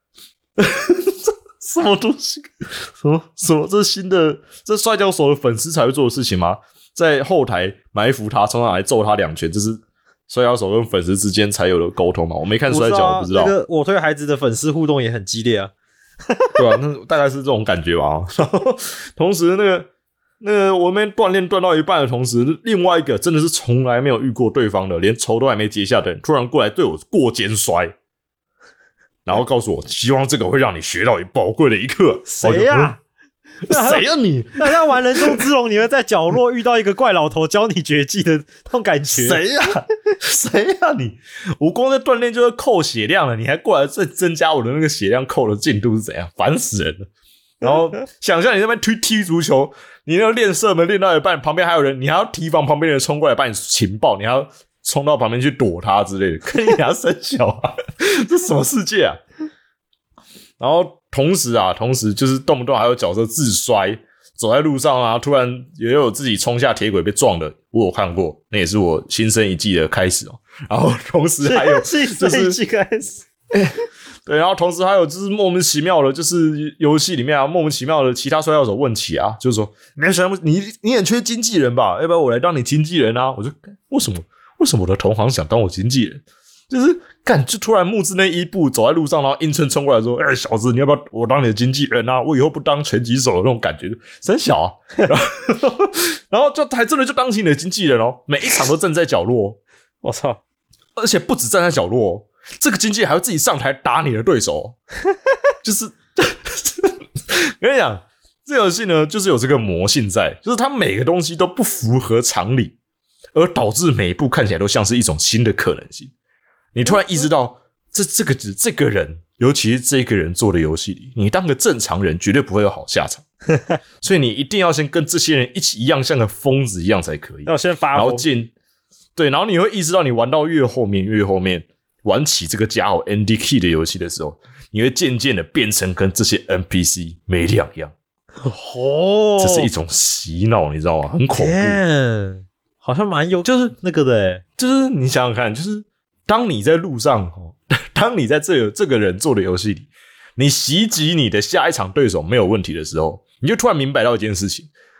A: 什么东西？什么什么？这是新的，这摔跤手的粉丝才会做的事情吗？在后台埋伏他，冲上来揍他两拳，这是摔跤手跟粉丝之间才有的沟通嘛？我没看摔跤，我不知道。
D: 那个我推孩子的粉丝互动也很激烈啊。
A: 对吧、啊？那大概是这种感觉吧。然后同时，那个那个我们锻炼锻到一半的同时，另外一个真的是从来没有遇过对方的，连仇都还没结下的人，突然过来对我过肩摔，然后告诉我，希望这个会让你学到一宝贵的一课。
D: 谁呀、啊？
A: 谁呀、啊、你？
D: 那像玩人中之龙，你会在角落遇到一个怪老头教你绝技的那种感觉。
A: 谁呀、啊？谁呀、啊、你？我光在锻炼就会扣血量了，你还过来再增加我的那个血量扣的进度是怎样？烦死人了！然后想象你那边踢踢足球，你那个练射门练到一半，旁边还有人，你还要提防旁边的人冲过来把你情报，你还要冲到旁边去躲他之类的，跟你俩生小啊？这什么世界啊？然后同时啊，同时就是动不动还有角色自摔，走在路上啊，突然也有自己冲下铁轨被撞的，我有看过，那也是我新生一季的开始哦。然后同时还有
D: 新生一季开始，
A: 欸、对，然后同时还有就是莫名其妙的，就是游戏里面啊莫名其妙的其他摔跤手问起啊，就是说你想你你很缺经纪人吧？要不要我来当你经纪人啊？我就为什么为什么我的同行想当我经纪人？就是干，就突然木之那一步走在路上，然后阴春冲过来说：“哎、欸，小子，你要不要我当你的经纪人啊？我以后不当拳击手的那种感觉，真小啊！”然后, 然后就还真的就当起你的经纪人哦，每一场都站在角落，
D: 我操！
A: 而且不止站在角落、哦，这个经纪人还会自己上台打你的对手，就是跟你讲，这游戏呢，就是有这个魔性在，就是它每个东西都不符合常理，而导致每一步看起来都像是一种新的可能性。你突然意识到，这这个这个人，尤其是这个人做的游戏里，你当个正常人绝对不会有好下场，所以你一定要先跟这些人一起一样，像个疯子一样才可以。
D: 要先发疯，
A: 然后进对，然后你会意识到，你玩到越后面越后面，玩起这个家伙 N D Key 的游戏的时候，你会渐渐的变成跟这些 N P C 没两样。
D: 哦，
A: 这是一种洗脑，你知道吗？很恐怖，
D: Damn, 好像蛮有，就是那个的耶，
A: 就是你想想看，就是。当你在路上，当你在这个这个人做的游戏里，你袭击你的下一场对手没有问题的时候，你就突然明白到一件事情：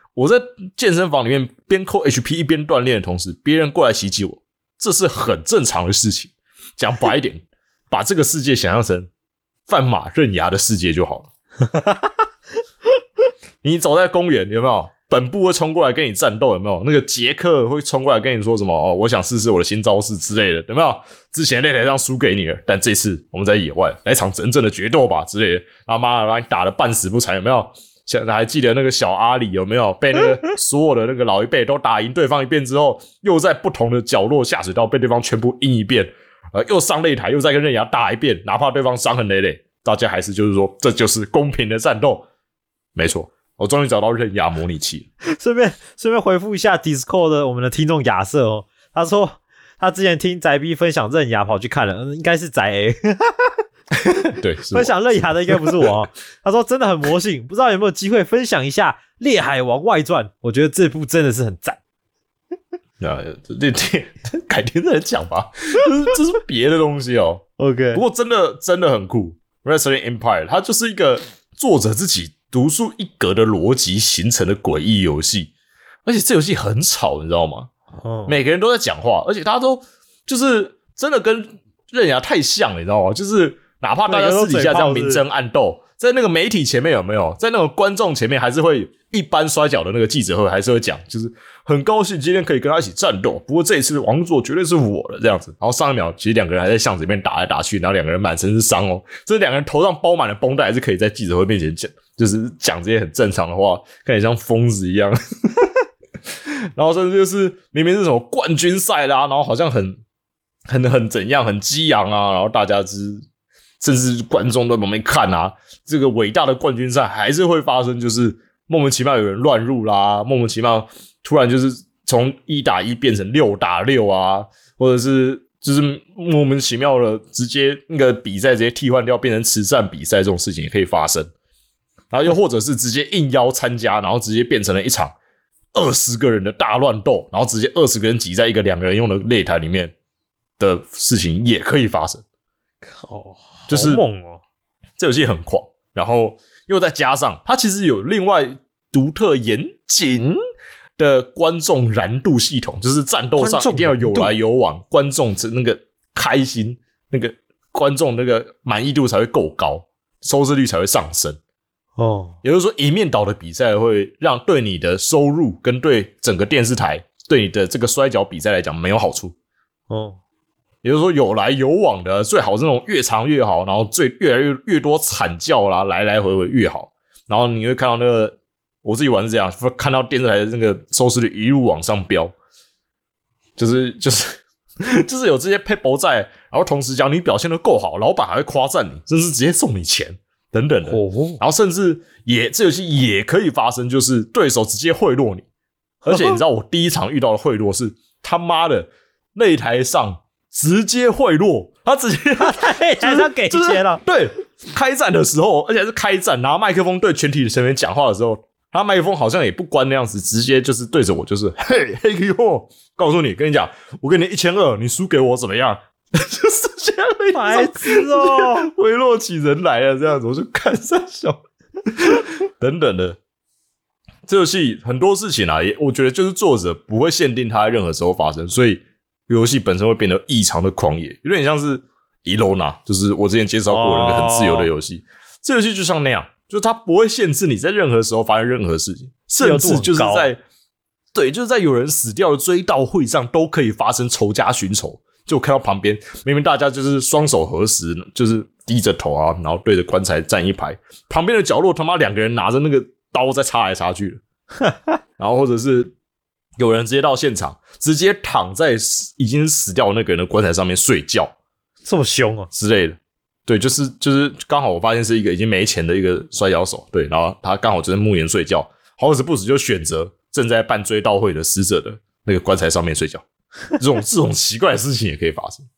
A: 我在健身房里面边扣 H P 一边锻炼的同时，别人过来袭击我，这是很正常的事情。讲白一点，把这个世界想象成范马刃牙的世界就好了。你走在公园，有没有？本部会冲过来跟你战斗，有没有？那个杰克会冲过来跟你说什么？哦，我想试试我的新招式之类的，有没有？之前擂台上输给你了，但这次我们在野外来场真正的决斗吧之类的。然后妈的把你打得半死不残，有没有？现在还记得那个小阿里有没有？被那个所有的那个老一辈都打赢对方一遍之后，又在不同的角落下水道被对方全部阴一遍，呃，又上擂台，又再跟刃牙打一遍，哪怕对方伤痕累累，大家还是就是说这就是公平的战斗，没错。我终于找到刃牙模拟器了。
D: 顺便顺便回复一下 Discord 的我们的听众亚瑟哦，他说他之前听宅 B 分享刃牙跑去看了，嗯，应该是宅 A
A: 对，
D: 分享刃牙的应该不是我哦。他说真的很魔性，不知道有没有机会分享一下《烈海王外传》，我觉得这部真的是很赞。
A: 啊，这这改天再讲吧，这是别的东西哦。
D: OK，
A: 不过真的真的很酷 ，Wrestling Empire 它就是一个作者自己独树一格的逻辑形成的诡异游戏，而且这游戏很吵，你知道吗？哦，每个人都在讲话，而且大家都就是真的跟刃牙太像了，你知道吗？就是哪怕大家私底下这样明争暗斗，在那个媒体前面有没有？在那个观众前面还是会一般摔跤的那个记者会还是会讲，就是很高兴今天可以跟他一起战斗，不过这一次王座绝对是我的这样子。然后上一秒其实两个人还在巷子里面打来打去，然后两个人满身是伤哦，这两个人头上包满了绷带，还是可以在记者会面前讲，就是讲这些很正常的话，看起来像疯子一样。然后甚至就是明明是什么冠军赛啦，然后好像很很很怎样很激昂啊，然后大家是甚至观众都在旁边看啊，这个伟大的冠军赛还是会发生，就是莫名其妙有人乱入啦，莫名其妙突然就是从一打一变成六打六啊，或者是就是莫名其妙的直接那个比赛直接替换掉变成慈善比赛，这种事情也可以发生。然后又或者是直接应邀参加，然后直接变成了一场二十个人的大乱斗，然后直接二十个人挤在一个两个人用的擂台里面的事情也可以发生。
D: 靠，
A: 就是
D: 好猛哦！
A: 这游戏很狂，然后又再加上它其实有另外独特严谨的观众燃度系统，就是战斗上一定要有来有往，观众那个开心，那个观众那个满意度才会够高，收视率才会上升。
D: 哦，
A: 也就是说，一面倒的比赛会让对你的收入跟对整个电视台、对你的这个摔跤比赛来讲没有好处。
D: 哦，
A: 也就是说，有来有往的，最好是那种越长越好，然后最越来越越多惨叫啦，来来回回越好。然后你会看到那个，我自己玩是这样，看到电视台的那个收视率一路往上飙，就是就是就是有这些 paper 在，然后同时讲你表现得够好，老板还会夸赞你，甚至直接送你钱。等等的，然后甚至也这游戏也可以发生，就是对手直接贿赂你，而且你知道我第一场遇到的贿赂是他妈的擂台上直接贿赂，他直接
D: 他在擂台上给钱了，
A: 就是就是、对，开战的时候，而且还是开战，拿麦克风对全体的成员讲话的时候，他麦克风好像也不关那样子，直接就是对着我，就是嘿嘿哟，告诉你，跟你讲，我给你一千二，你输给我怎么样？就是这样的，
D: 白痴哦，
A: 贿赂起人来了，这样子我就看三小等等的。这游戏很多事情啊，也我觉得就是作者不会限定它在任何时候发生，所以游戏本身会变得异常的狂野，有点像是 Elona， 就是我之前介绍过的那个很自由的游戏。哦、这游戏就像那样，就是它不会限制你在任何时候发生任何事情，甚至就是在对，就是在有人死掉的追悼会上都可以发生仇家寻仇。就看到旁边明明大家就是双手合十，就是低着头啊，然后对着棺材站一排，旁边的角落他妈两个人拿着那个刀在插来插去的然后或者是有人直接到现场直接躺在已经死掉的那个人的棺材上面睡觉，
D: 这么凶啊
A: 之类的。对，就是就是刚好我发现是一个已经没钱的一个摔跤手，对，然后他刚好就在墓园睡觉，好死不死就选择正在办追悼会的死者的那个棺材上面睡觉。这种这种奇怪的事情也可以发生，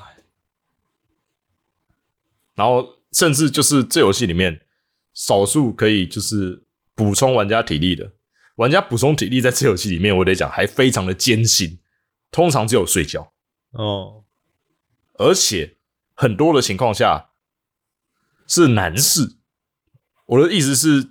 A: 然后甚至就是这游戏里面少数可以就是补充玩家体力的，玩家补充体力在这游戏里面，我得讲还非常的艰辛，通常只有睡觉
D: 哦，
A: 而且很多的情况下是男士，我的意思是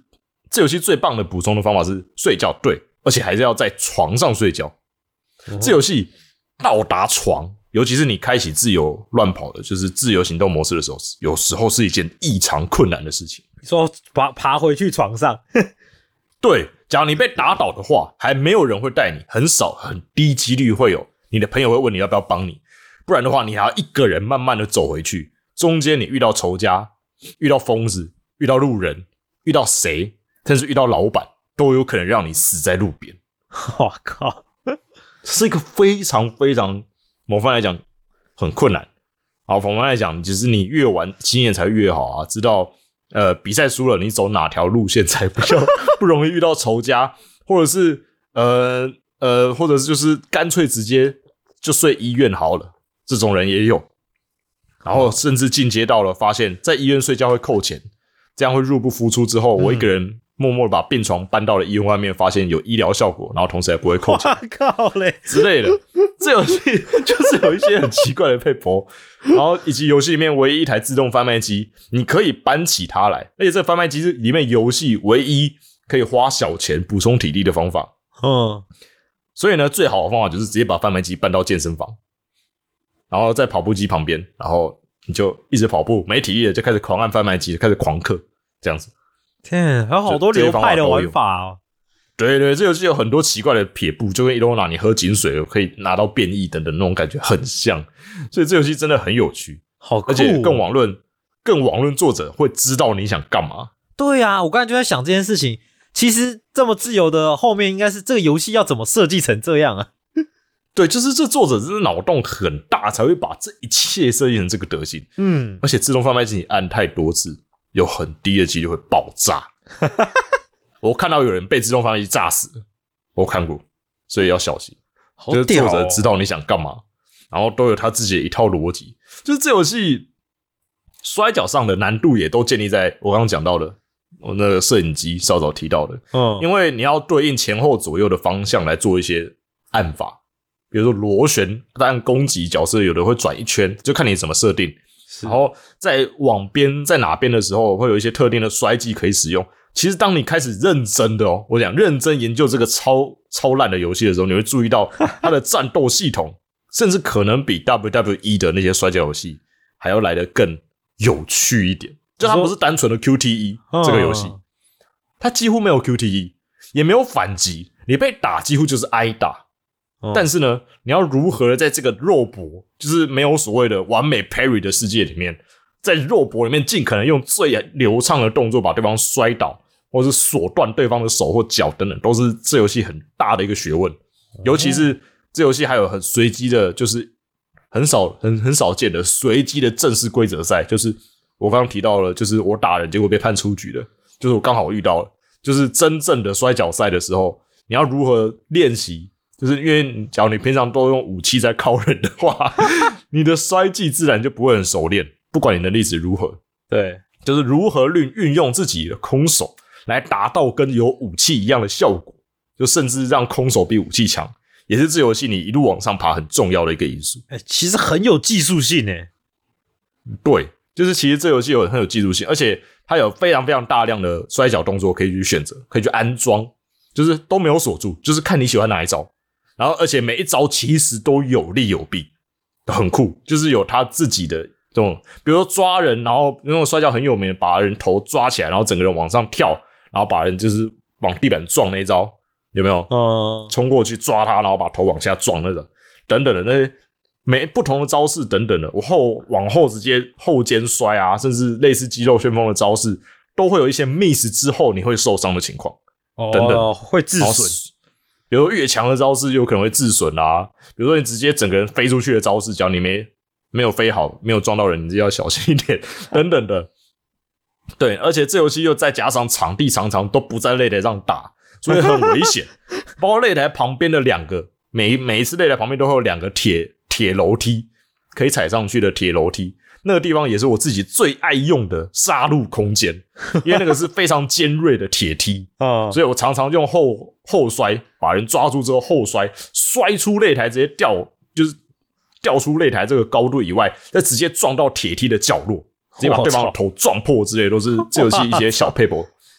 A: 这游戏最棒的补充的方法是睡觉，对，而且还是要在床上睡觉。哦、这游戏到达床，尤其是你开启自由乱跑的，就是自由行动模式的时候，有时候是一件异常困难的事情。
D: 你说爬爬回去床上？
A: 对，假如你被打倒的话，还没有人会带你，很少很低几率会有你的朋友会问你要不要帮你，不然的话，你还要一个人慢慢的走回去。中间你遇到仇家，遇到疯子，遇到路人，遇到谁，甚至遇到老板，都有可能让你死在路边。
D: 我靠，
A: 是一个非常非常某方来讲很困难。好，某方来讲，其实你越玩经验才越好啊，知道呃比赛输了你走哪条路线才比较不容易遇到仇家，或者是呃呃，或者是就是干脆直接就睡医院好了，这种人也有。然后甚至进阶到了发现在医院睡觉会扣钱，这样会入不敷出之后，嗯、我一个人默默的把病床搬到了医院外面，发现有医疗效果，然后同时还不会扣钱，
D: 哇靠嘞
A: 之类的。这游戏就是有一些很奇怪的配博，然后以及游戏里面唯一一台自动贩卖机，你可以搬起它来，而且这个贩卖机是里面游戏唯一可以花小钱补充体力的方法。嗯，所以呢，最好的方法就是直接把贩卖机搬到健身房。然后在跑步机旁边，然后你就一直跑步，没体力了就开始狂按贩卖机，开始狂氪，这样子。
D: 天，还有好多流派的玩法哦。
A: 对对，这游戏有很多奇怪的撇步，就跟伊罗娜你喝井水可以拿到变异等等那种感觉很像，所以这游戏真的很有趣，
D: 好酷、哦，
A: 而且更网论，更网论作者会知道你想干嘛。
D: 对啊，我刚才就在想这件事情，其实这么自由的后面应该是这个游戏要怎么设计成这样啊？
A: 对，就是这作者真是脑洞很大，才会把这一切设计成这个德行。嗯，而且自动贩卖机你按太多次，有很低的几率会爆炸。我看到有人被自动贩卖机炸死了，我看过，所以要小心。
D: 好屌哦，
A: 就是作者知道你想干嘛，然后都有他自己的一套逻辑。就是这游戏摔角上的难度也都建立在我刚刚讲到的，我那个摄影机稍早提到的。嗯，因为你要对应前后左右的方向来做一些按法。比如说螺旋，但攻击角色有的会转一圈，就看你怎么设定。然后在往边在哪边的时候，会有一些特定的摔技可以使用。其实当你开始认真的哦，我讲认真研究这个超超烂的游戏的时候，你会注意到它的战斗系统，甚至可能比 W W E 的那些摔跤游戏还要来得更有趣一点。就它不是单纯的 Q T E 这个游戏，它几乎没有 Q T E， 也没有反击，你被打几乎就是挨打。但是呢，你要如何的在这个肉搏，就是没有所谓的完美 parry 的世界里面，在肉搏里面尽可能用最流畅的动作把对方摔倒，或是锁断对方的手或脚等等，都是这游戏很大的一个学问。尤其是这游戏还有很随机的，就是很少很很少见的随机的正式规则赛，就是我刚刚提到了，就是我打人结果被判出局的，就是我刚好遇到了，就是真正的摔跤赛的时候，你要如何练习。就是因为假如你平常都用武器在靠人的话，你的摔技自然就不会很熟练，不管你能力值如何。
D: 对，
A: 就是如何运运用自己的空手来达到跟有武器一样的效果，就甚至让空手比武器强，也是这游戏你一路往上爬很重要的一个因素。
D: 欸，其实很有技术性诶。
A: 对，就是其实这游戏有很有技术性，而且它有非常非常大量的摔跤动作可以去选择，可以去安装，就是都没有锁住，就是看你喜欢哪一招。然后，而且每一招其实都有利有弊，很酷。就是有他自己的这种，比如说抓人，然后那种摔跤很有名的，把人头抓起来，然后整个人往上跳，然后把人就是往地板撞那一招，有没有？嗯，冲过去抓他，然后把头往下撞那种，等等的那些每不同的招式等等的，我后往后直接后肩摔啊，甚至类似肌肉旋风的招式，都会有一些 miss 之后你会受伤的情况，
D: 哦，
A: 等等
D: 会自损。
A: 比如说越强的招式有可能会自损啊，比如说你直接整个人飞出去的招式，只要你没没有飞好，没有撞到人，你就要小心一点，等等的。对，而且这游戏又再加上场地常常都不在擂台上打，所以很危险。包括擂台旁边的两个，每每一次擂台旁边都会有两个铁铁楼梯，可以踩上去的铁楼梯。那个地方也是我自己最爱用的杀戮空间，因为那个是非常尖锐的铁梯啊，所以我常常用后后摔把人抓住之后后摔，摔出擂台直接掉，就是掉出擂台这个高度以外，再直接撞到铁梯的角落，直接把对方的头撞破之类的，都是这游戏一些小配博。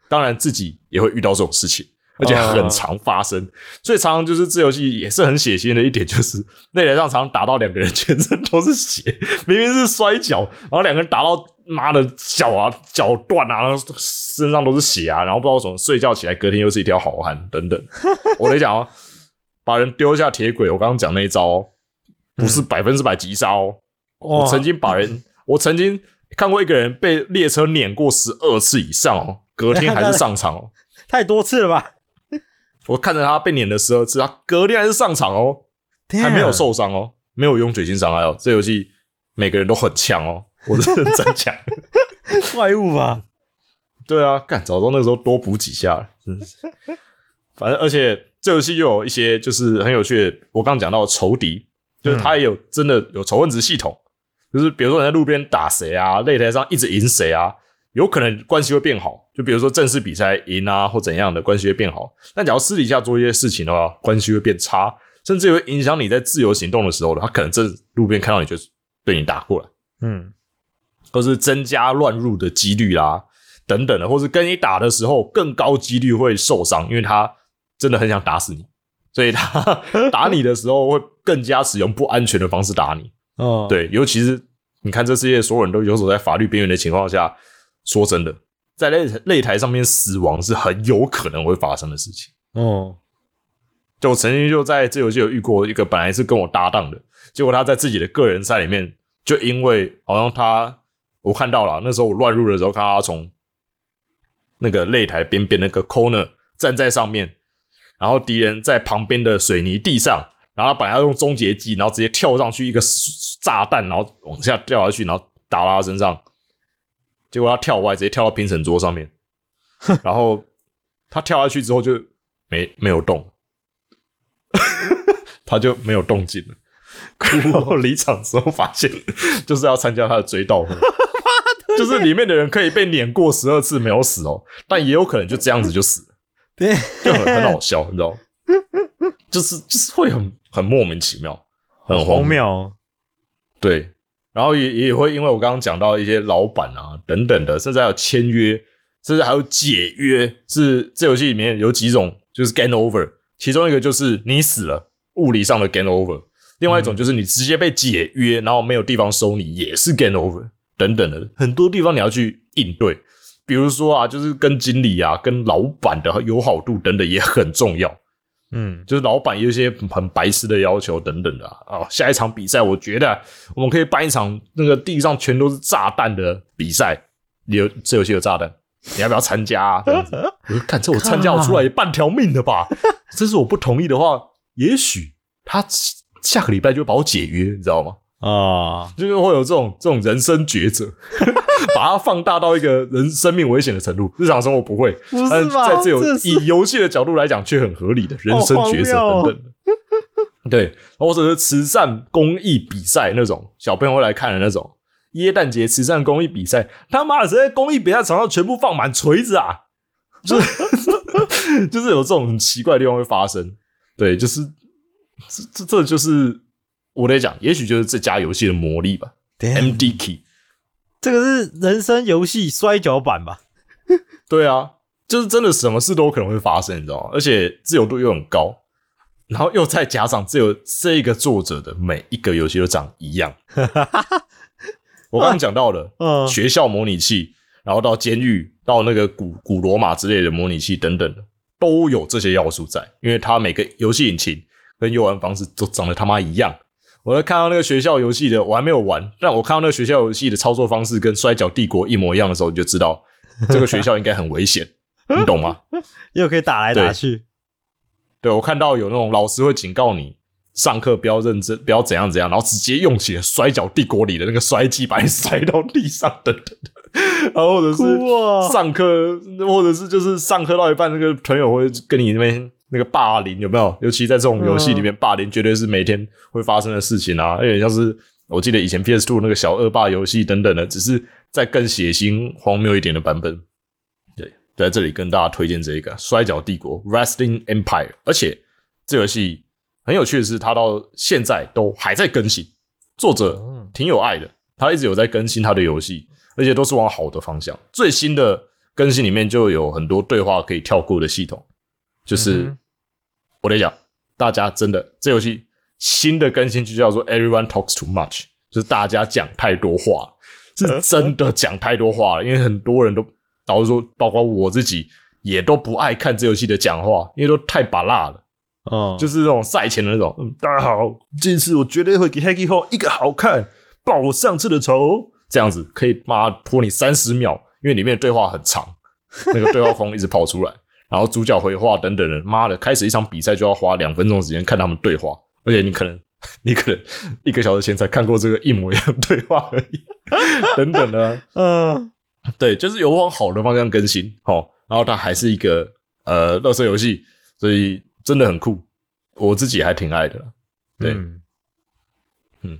A: 当然自己也会遇到这种事情，而且很常发生。哦、最常就是这游戏也是很血腥的一点，就是擂台上常打到两个人全身都是血，明明是摔跤，然后两个人打到妈的脚啊脚断啊，然后身上都是血啊，然后不知道为什么睡觉起来隔天又是一条好汉等等。我得讲哦，把人丢下铁轨，我刚刚讲那一招、哦、不是百分之百击杀哦。嗯、我曾经把人，我曾经看过一个人被列车碾过十二次以上哦，隔天还是上场哦，
D: 太多次了吧？
A: 我看着他被碾了十二次，他隔天还是上场哦，还没有受伤哦，没有用嘴型伤害哦。这游戏每个人都很强哦，我是认真讲，
D: 怪物吧？
A: 对啊，干早知道那个时候多补几下了，真是。反正而且这游戏又有一些就是很有趣的，我刚刚讲到的仇敌，就是它也有真的有仇恨值系统，就是比如说你在路边打谁啊，擂台上一直赢谁啊。有可能关系会变好，就比如说正式比赛赢啊或怎样的关系会变好，但假如私底下做一些事情的话，关系会变差，甚至会影响你在自由行动的时候的，他可能在路边看到你就对你打过来，嗯，或是增加乱入的几率啦等等的，或是跟你打的时候更高几率会受伤，因为他真的很想打死你，所以他打你的时候会更加使用不安全的方式打你。哦，对，尤其是你看这世界所有人都游走在法律边缘的情况下。说真的，在擂擂台上面死亡是很有可能会发生的事情。哦，就我曾经就在这游戏有遇过一个本来是跟我搭档的，结果他在自己的个人赛里面，就因为好像他我看到了，那时候我乱入的时候，看到他从那个擂台边边那个 corner 站在上面，然后敌人在旁边的水泥地上，然后他本来要用终结技，然后直接跳上去一个炸弹，然后往下掉下去，然后打到他身上。结果他跳歪，直接跳到拼成桌上面，然后他跳下去之后就没没有动，他就没有动静了。然后离场之后发现，就是要参加他的追悼会，就是里面的人可以被碾过十二次没有死哦，但也有可能就这样子就死了，对，就很很好笑，你知道吗？就是就是会很很莫名其妙，很荒
D: 谬，
A: 对。然后也也会因为我刚刚讲到一些老板啊等等的，甚至还有签约，甚至还有解约，是这游戏里面有几种就是 game over， 其中一个就是你死了，物理上的 game over， 另外一种就是你直接被解约，然后没有地方收你，也是 game over 等等的，很多地方你要去应对，比如说啊，就是跟经理啊、跟老板的友好度等等也很重要。嗯，就是老板有一些很白痴的要求等等的啊。哦，下一场比赛，我觉得我们可以办一场那个地上全都是炸弹的比赛。有这游戏有炸弹，你要不要参加啊？这样子，我就看这我参加，我出来也半条命的吧。这是我不同意的话，也许他下个礼拜就会把我解约，你知道吗？啊，就是会有这种这种人生抉择，把它放大到一个人生命危险的程度。日常生活不会，
D: 不是
A: 但是在这有以游戏的角度来讲，却很合理的人生抉择等等的。对，或者是慈善公益比赛那种，小朋友会来看的那种耶诞节慈善公益比赛，他妈的，谁在公益比赛场上全部放满锤子啊？就是就是有这种很奇怪的地方会发生。对，就是这这这就是我得讲，也许就是这家游戏的魔力吧。M D Key，
D: 这个是人生游戏摔跤版吧？
A: 对啊，就是真的什么事都可能会发生，你知道吗？而且自由度又很高。然后又再加上只有这个作者的每一个游戏都长一样。我刚刚讲到了、嗯、学校模拟器，然后到监狱，到那个古古罗马之类的模拟器等等的，都有这些要素在，因为它每个游戏引擎跟游玩方式都长得他妈一样。我在看到那个学校游戏的，我还没有玩，但我看到那个学校游戏的操作方式跟摔跤帝国一模一样的时候，你就知道这个学校应该很危险，你懂吗？
D: 又可以打来打去。
A: 对，我看到有那种老师会警告你上课不要认真，不要怎样怎样，然后直接用起了摔跤帝国里的那个摔技把你摔到地上等等的，然后或者是上课，或者是就是上课到一半，那个朋友会跟你那边那个霸凌，有没有？尤其在这种游戏里面，霸凌绝对是每天会发生的事情啊，有点像是我记得以前 P S 二 那个小恶霸游戏等等的，只是在更血腥荒谬一点的版本。在这里跟大家推荐这个摔跤帝国 Wrestling Empire， 而且这游戏很有趣的是，它到现在都还在更新，作者挺有爱的，他一直有在更新他的游戏，而且都是往好的方向。最新的更新里面就有很多对话可以跳过的系统，就是、嗯、我得讲，大家真的这游戏新的更新就叫做 Everyone Talks Too Much， 就是大家讲太多话，是真的讲太多话了，因为很多人都导致说，包括我自己也都不爱看这游戏的讲话，因为都太拔辣了。哦，就是那种赛前的那种，嗯，大家好，这次我绝对会给 Heki Ho 一个好看，报我上次的仇，这样子可以妈拖你三十秒，因为里面的对话很长，那个对话框一直跑出来，然后主角回话等等的，妈的，开始一场比赛就要花两分钟的时间看他们对话，而且你可能你可能一个小时前才看过这个一模一样的对话而已，等等的，嗯，对，就是有往好的方向更新，齁，然后它还是一个呃垃圾游戏，所以真的很酷，我自己还挺爱的啦。对，嗯，嗯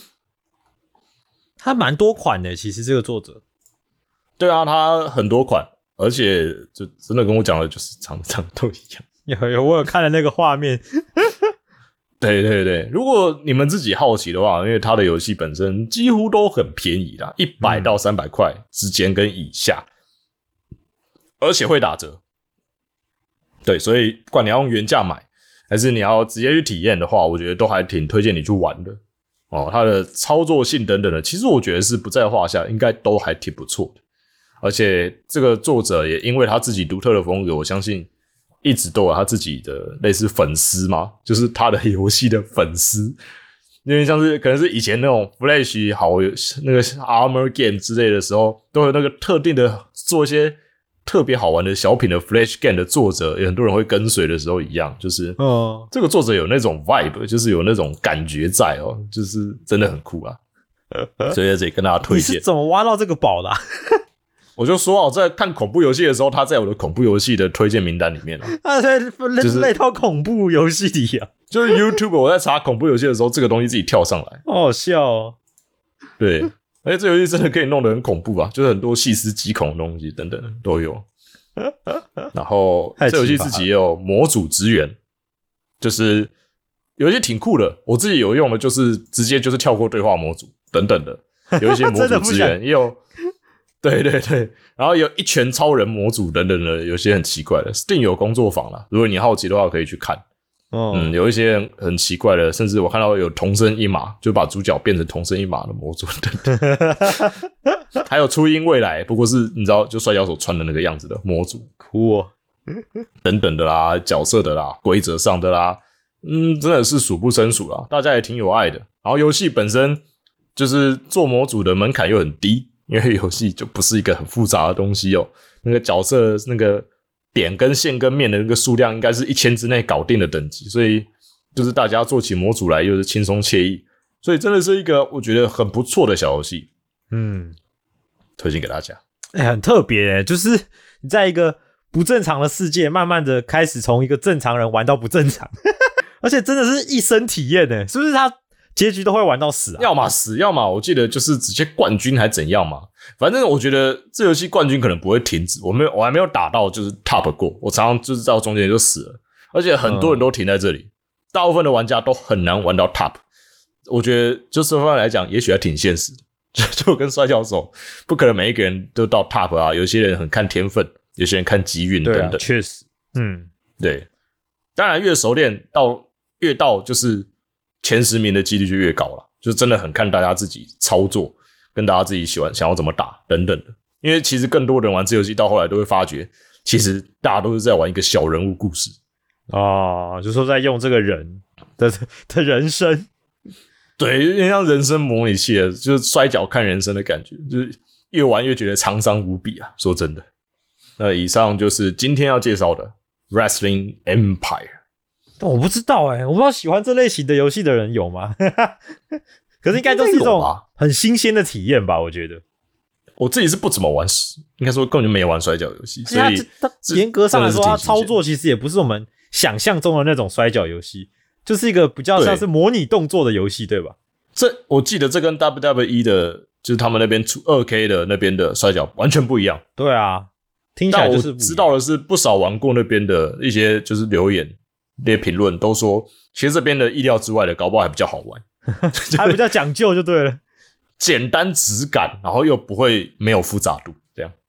D: 他蛮多款的，其实这个作者。
A: 对啊，他很多款，而且就真的跟我讲的，就是长长都一样。
D: 有有，我有看了那个画面。
A: 对对对，如果你们自己好奇的话，因为他的游戏本身几乎都很便宜啦，一百到三百块之间跟以下，而且会打折。对，所以不管你要用原价买，还是你要直接去体验的话，我觉得都还挺推荐你去玩的哦。它的操作性等等的，其实我觉得是不在话下，应该都还挺不错的。而且这个作者也因为他自己独特的风格，我相信一直都有他自己的类似粉丝嘛，就是他的游戏的粉丝，因为像是可能是以前那种 Flash 好那个 Armor Game 之类的时候，都有那个特定的做一些特别好玩的小品的 Flash Game 的作者，有很多人会跟随的时候一样，就是哦，这个作者有那种 vibe， 就是有那种感觉在哦，就是真的很酷啊，所以在这里跟大家推荐。
D: 你是怎么挖到这个宝的啊？
A: 我就说哦，在看恐怖游戏的时候，他在我的恐怖游戏的推荐名单里面了。
D: 他在那套恐怖游戏里啊，
A: 就是 YouTube 我在查恐怖游戏的时候，这个东西自己跳上来，
D: 好好笑哦。
A: 对，而且这游戏真的可以弄得很恐怖啊，就是很多细思极恐的东西等等都有。然后这游戏自己也有模组支援，就是有一些挺酷的。我自己有用的，就是直接就是跳过对话模组等等的，有一些模组支援也有。对对对，然后有一拳超人模组等等的，有些很奇怪的 Steam 有工作坊啦，如果你好奇的话可以去看。哦，嗯，有一些很奇怪的，甚至我看到有同生一马，就把主角变成同生一马的模组等等。还有初音未来，不过是你知道就摔跤手穿的那个样子的模组，
D: 酷哦，
A: 等等的啦，角色的啦，规则上的啦，嗯，真的是数不胜数啦，大家也挺有爱的。然后游戏本身就是做模组的门槛又很低。因为游戏就不是一个很复杂的东西哦，那个角色那个点跟线跟面的那个数量应该是一千之内搞定的等级，所以就是大家做起模组来又是轻松惬意，所以真的是一个我觉得很不错的小游戏，嗯，推荐给大家。
D: 哎、欸，很特别哎，就是你在一个不正常的世界，慢慢的开始从一个正常人玩到不正常，而且真的是一生体验哎，是不是他？结局都会玩到死啊，
A: 要么死，要么我记得就是直接冠军还怎样嘛。反正我觉得这游戏冠军可能不会停止，我没有，我还没有打到就是 top 过，我常常就是到中间就死了，而且很多人都停在这里，嗯、大部分的玩家都很难玩到 top。我觉得就这方面来讲，也许还挺现实的，就就跟摔跤手，不可能每一个人都到 top 啊，有些人很看天分，有些人看机运等等，
D: 确、啊、实，嗯，
A: 对，当然越熟练到越到就是。前十名的几率就越高了，就真的很看大家自己操作，跟大家自己喜欢想要怎么打等等的。因为其实更多人玩这游戏到后来都会发觉，其实大家都是在玩一个小人物故事
D: 哦，就说在用这个人的的人生，
A: 对，有点像人生模拟器的，就是摔角看人生的感觉，就是越玩越觉得沧桑无比啊。说真的，那以上就是今天要介绍的 Wrestling Empire。
D: 我不知道哎、欸，我不知道喜欢这类型的游戏的人有吗？可是应该都是一种很新鲜的体验吧，我觉得。
A: 我自己是不怎么玩，应该说根本就没有玩摔跤游戏，所以
D: 严格上来说，它操作其实也不是我们想象中的那种摔跤游戏，就是一个比较像是模拟动作的游戏，对吧？
A: 这我记得这跟 W W E 的，就是他们那边出 二 K 的那边的摔跤完全不一样。
D: 对啊，听起来就是不一样。
A: 但我知道的是，不少玩过那边的一些就是留言。那些评论都说，其实这边的意料之外的，搞不好还比较好玩，
D: 还比较讲究就对了，
A: 简单质感，然后又不会没有复杂度，这样。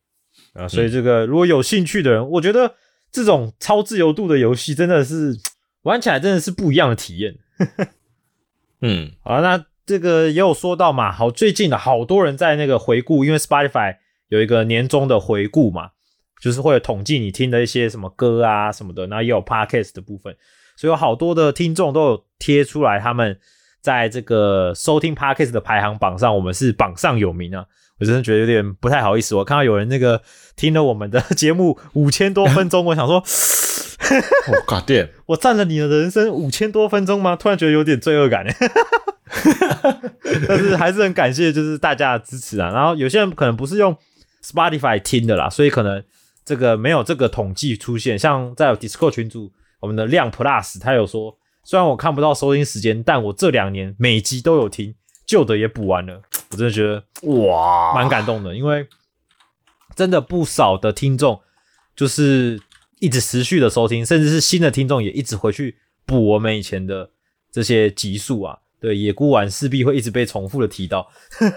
D: 啊，所以这个如果有兴趣的人，我觉得这种超自由度的游戏真的是玩起来真的是不一样的体验。
A: 嗯，
D: 好，那这个也有说到嘛，好，最近的好多人在那个回顾，因为 Spotify 有一个年终的回顾嘛，就是会有统计你听的一些什么歌啊什么的，然后也有 Podcast 的部分，所以有好多的听众都有贴出来，他们在这个收听 Podcast 的排行榜上，我们是榜上有名啊。我真的觉得有点不太好意思，我看到有人那个听了我们的节目五千多分钟，我想说，
A: 我 God damn，
D: 我占了你的人生五千多分钟吗？突然觉得有点罪恶感。但是还是很感谢就是大家的支持啊。然后有些人可能不是用 Spotify 听的啦，所以可能这个没有这个统计出现。像在 Discord 群组，我们的亮 Plus 他有说，虽然我看不到收听时间，但我这两年每集都有听，旧的也补完了。我真的觉得哇，蛮感动的，因为真的不少的听众就是一直持续的收听，甚至是新的听众也一直回去补我们以前的这些集数啊。对，野菇丸势必会一直被重复的提到。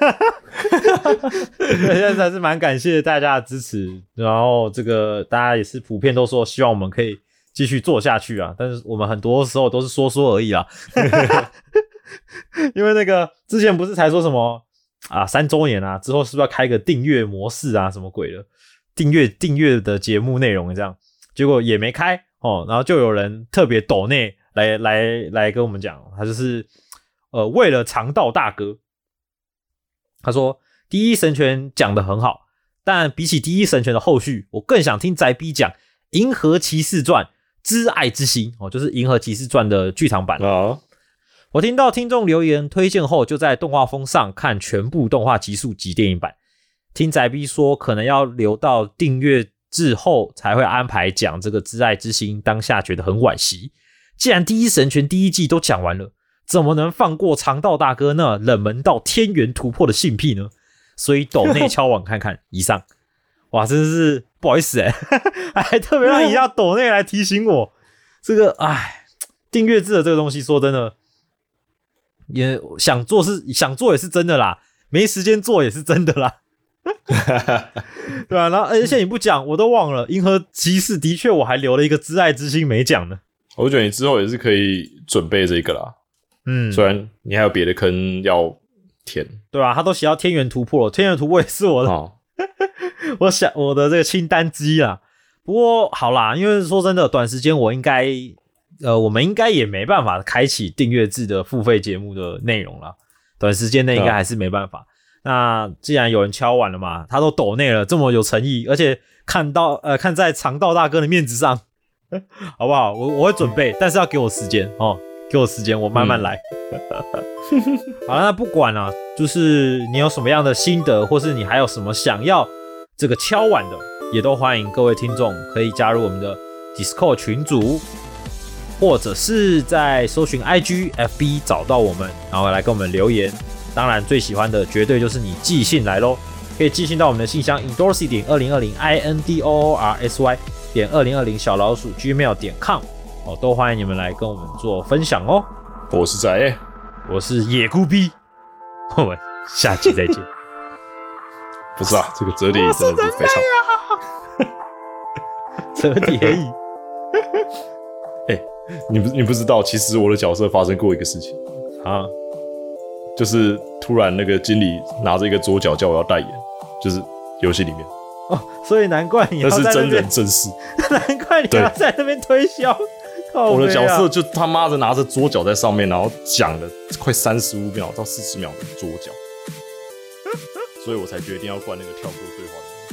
D: 现在还是蛮感谢大家的支持，然后这个大家也是普遍都说希望我们可以继续做下去啊，但是我们很多时候都是说说而已啦。因为那个之前不是才说什么啊三周年啊，之后是不是要开个订阅模式啊什么鬼的，订阅订阅的节目内容这样，结果也没开哦，然后就有人特别抖内来来来跟我们讲，他就是呃为了肠道大哥，他说第一神拳讲得很好，但比起第一神拳的后续，我更想听宅 B 讲银河骑士传知爱之心哦，就是银河骑士传的剧场版
A: 啊。
D: 我听到听众留言推荐后，就在动画风上看全部动画集数及电影版。听宅 B 说，可能要留到订阅制后才会安排讲这个知爱之心，当下觉得很惋惜。既然第一神拳第一季都讲完了，怎么能放过肠道大哥那冷门到天元突破的性癖呢？所以抖内敲碗看看。以上，哇，真的是不好意思哎、欸，还特别让一下抖内来提醒我，这个哎，订阅制的这个东西，说真的。也想做是想做也是真的啦，没时间做也是真的啦。对啊，然后而且你不讲我都忘了，银河骑士的确我还留了一个知爱之心没讲呢。
A: 我觉得你之后也是可以准备这个啦，嗯，虽然你还有别的坑要填，
D: 对啊，他都写到天元突破了，天元突破也是我的，哦、我想我的这个清单之一啦。不过好啦，因为说真的，短时间我应该。呃，我们应该也没办法开启订阅制的付费节目的内容啦，短时间内应该还是没办法。嗯、那既然有人敲完了嘛，他都抖内了，这么有诚意，而且看到呃看在肠道大哥的面子上，好不好？我我会准备，但是要给我时间哦，给我时间，我慢慢来。嗯、好了，那不管啊，就是你有什么样的心得，或是你还有什么想要这个敲碗的，也都欢迎各位听众可以加入我们的 Discord 群组。或者是在搜寻 I G、F B 找到我们，然后来跟我们留言。当然，最喜欢的绝对就是你寄信来咯，可以寄信到我们的信箱 indorsy 点二零二零 i n d o o r s y 点二零二零小老鼠 gmail 点 com 哦，都欢迎你们来跟我们做分享哦。
A: 我是仔，
D: 我是野菇 B， 我们下期再见。
A: 不是啊，这个折叠椅真的是非常
D: 折叠椅。
A: 哎、欸，你不你不知道，其实我的角色发生过一个事情啊，就是突然那个经理拿着一个桌角叫我要代言，就是游戏里面
D: 哦，所以难怪你要在那边，
A: 那是真人真事，
D: 难怪你要在那边推销。啊、
A: 我的角色就他妈的拿着桌角在上面，然后讲了快三十五秒到四十秒的桌角，所以我才决定要灌那个跳过对话的。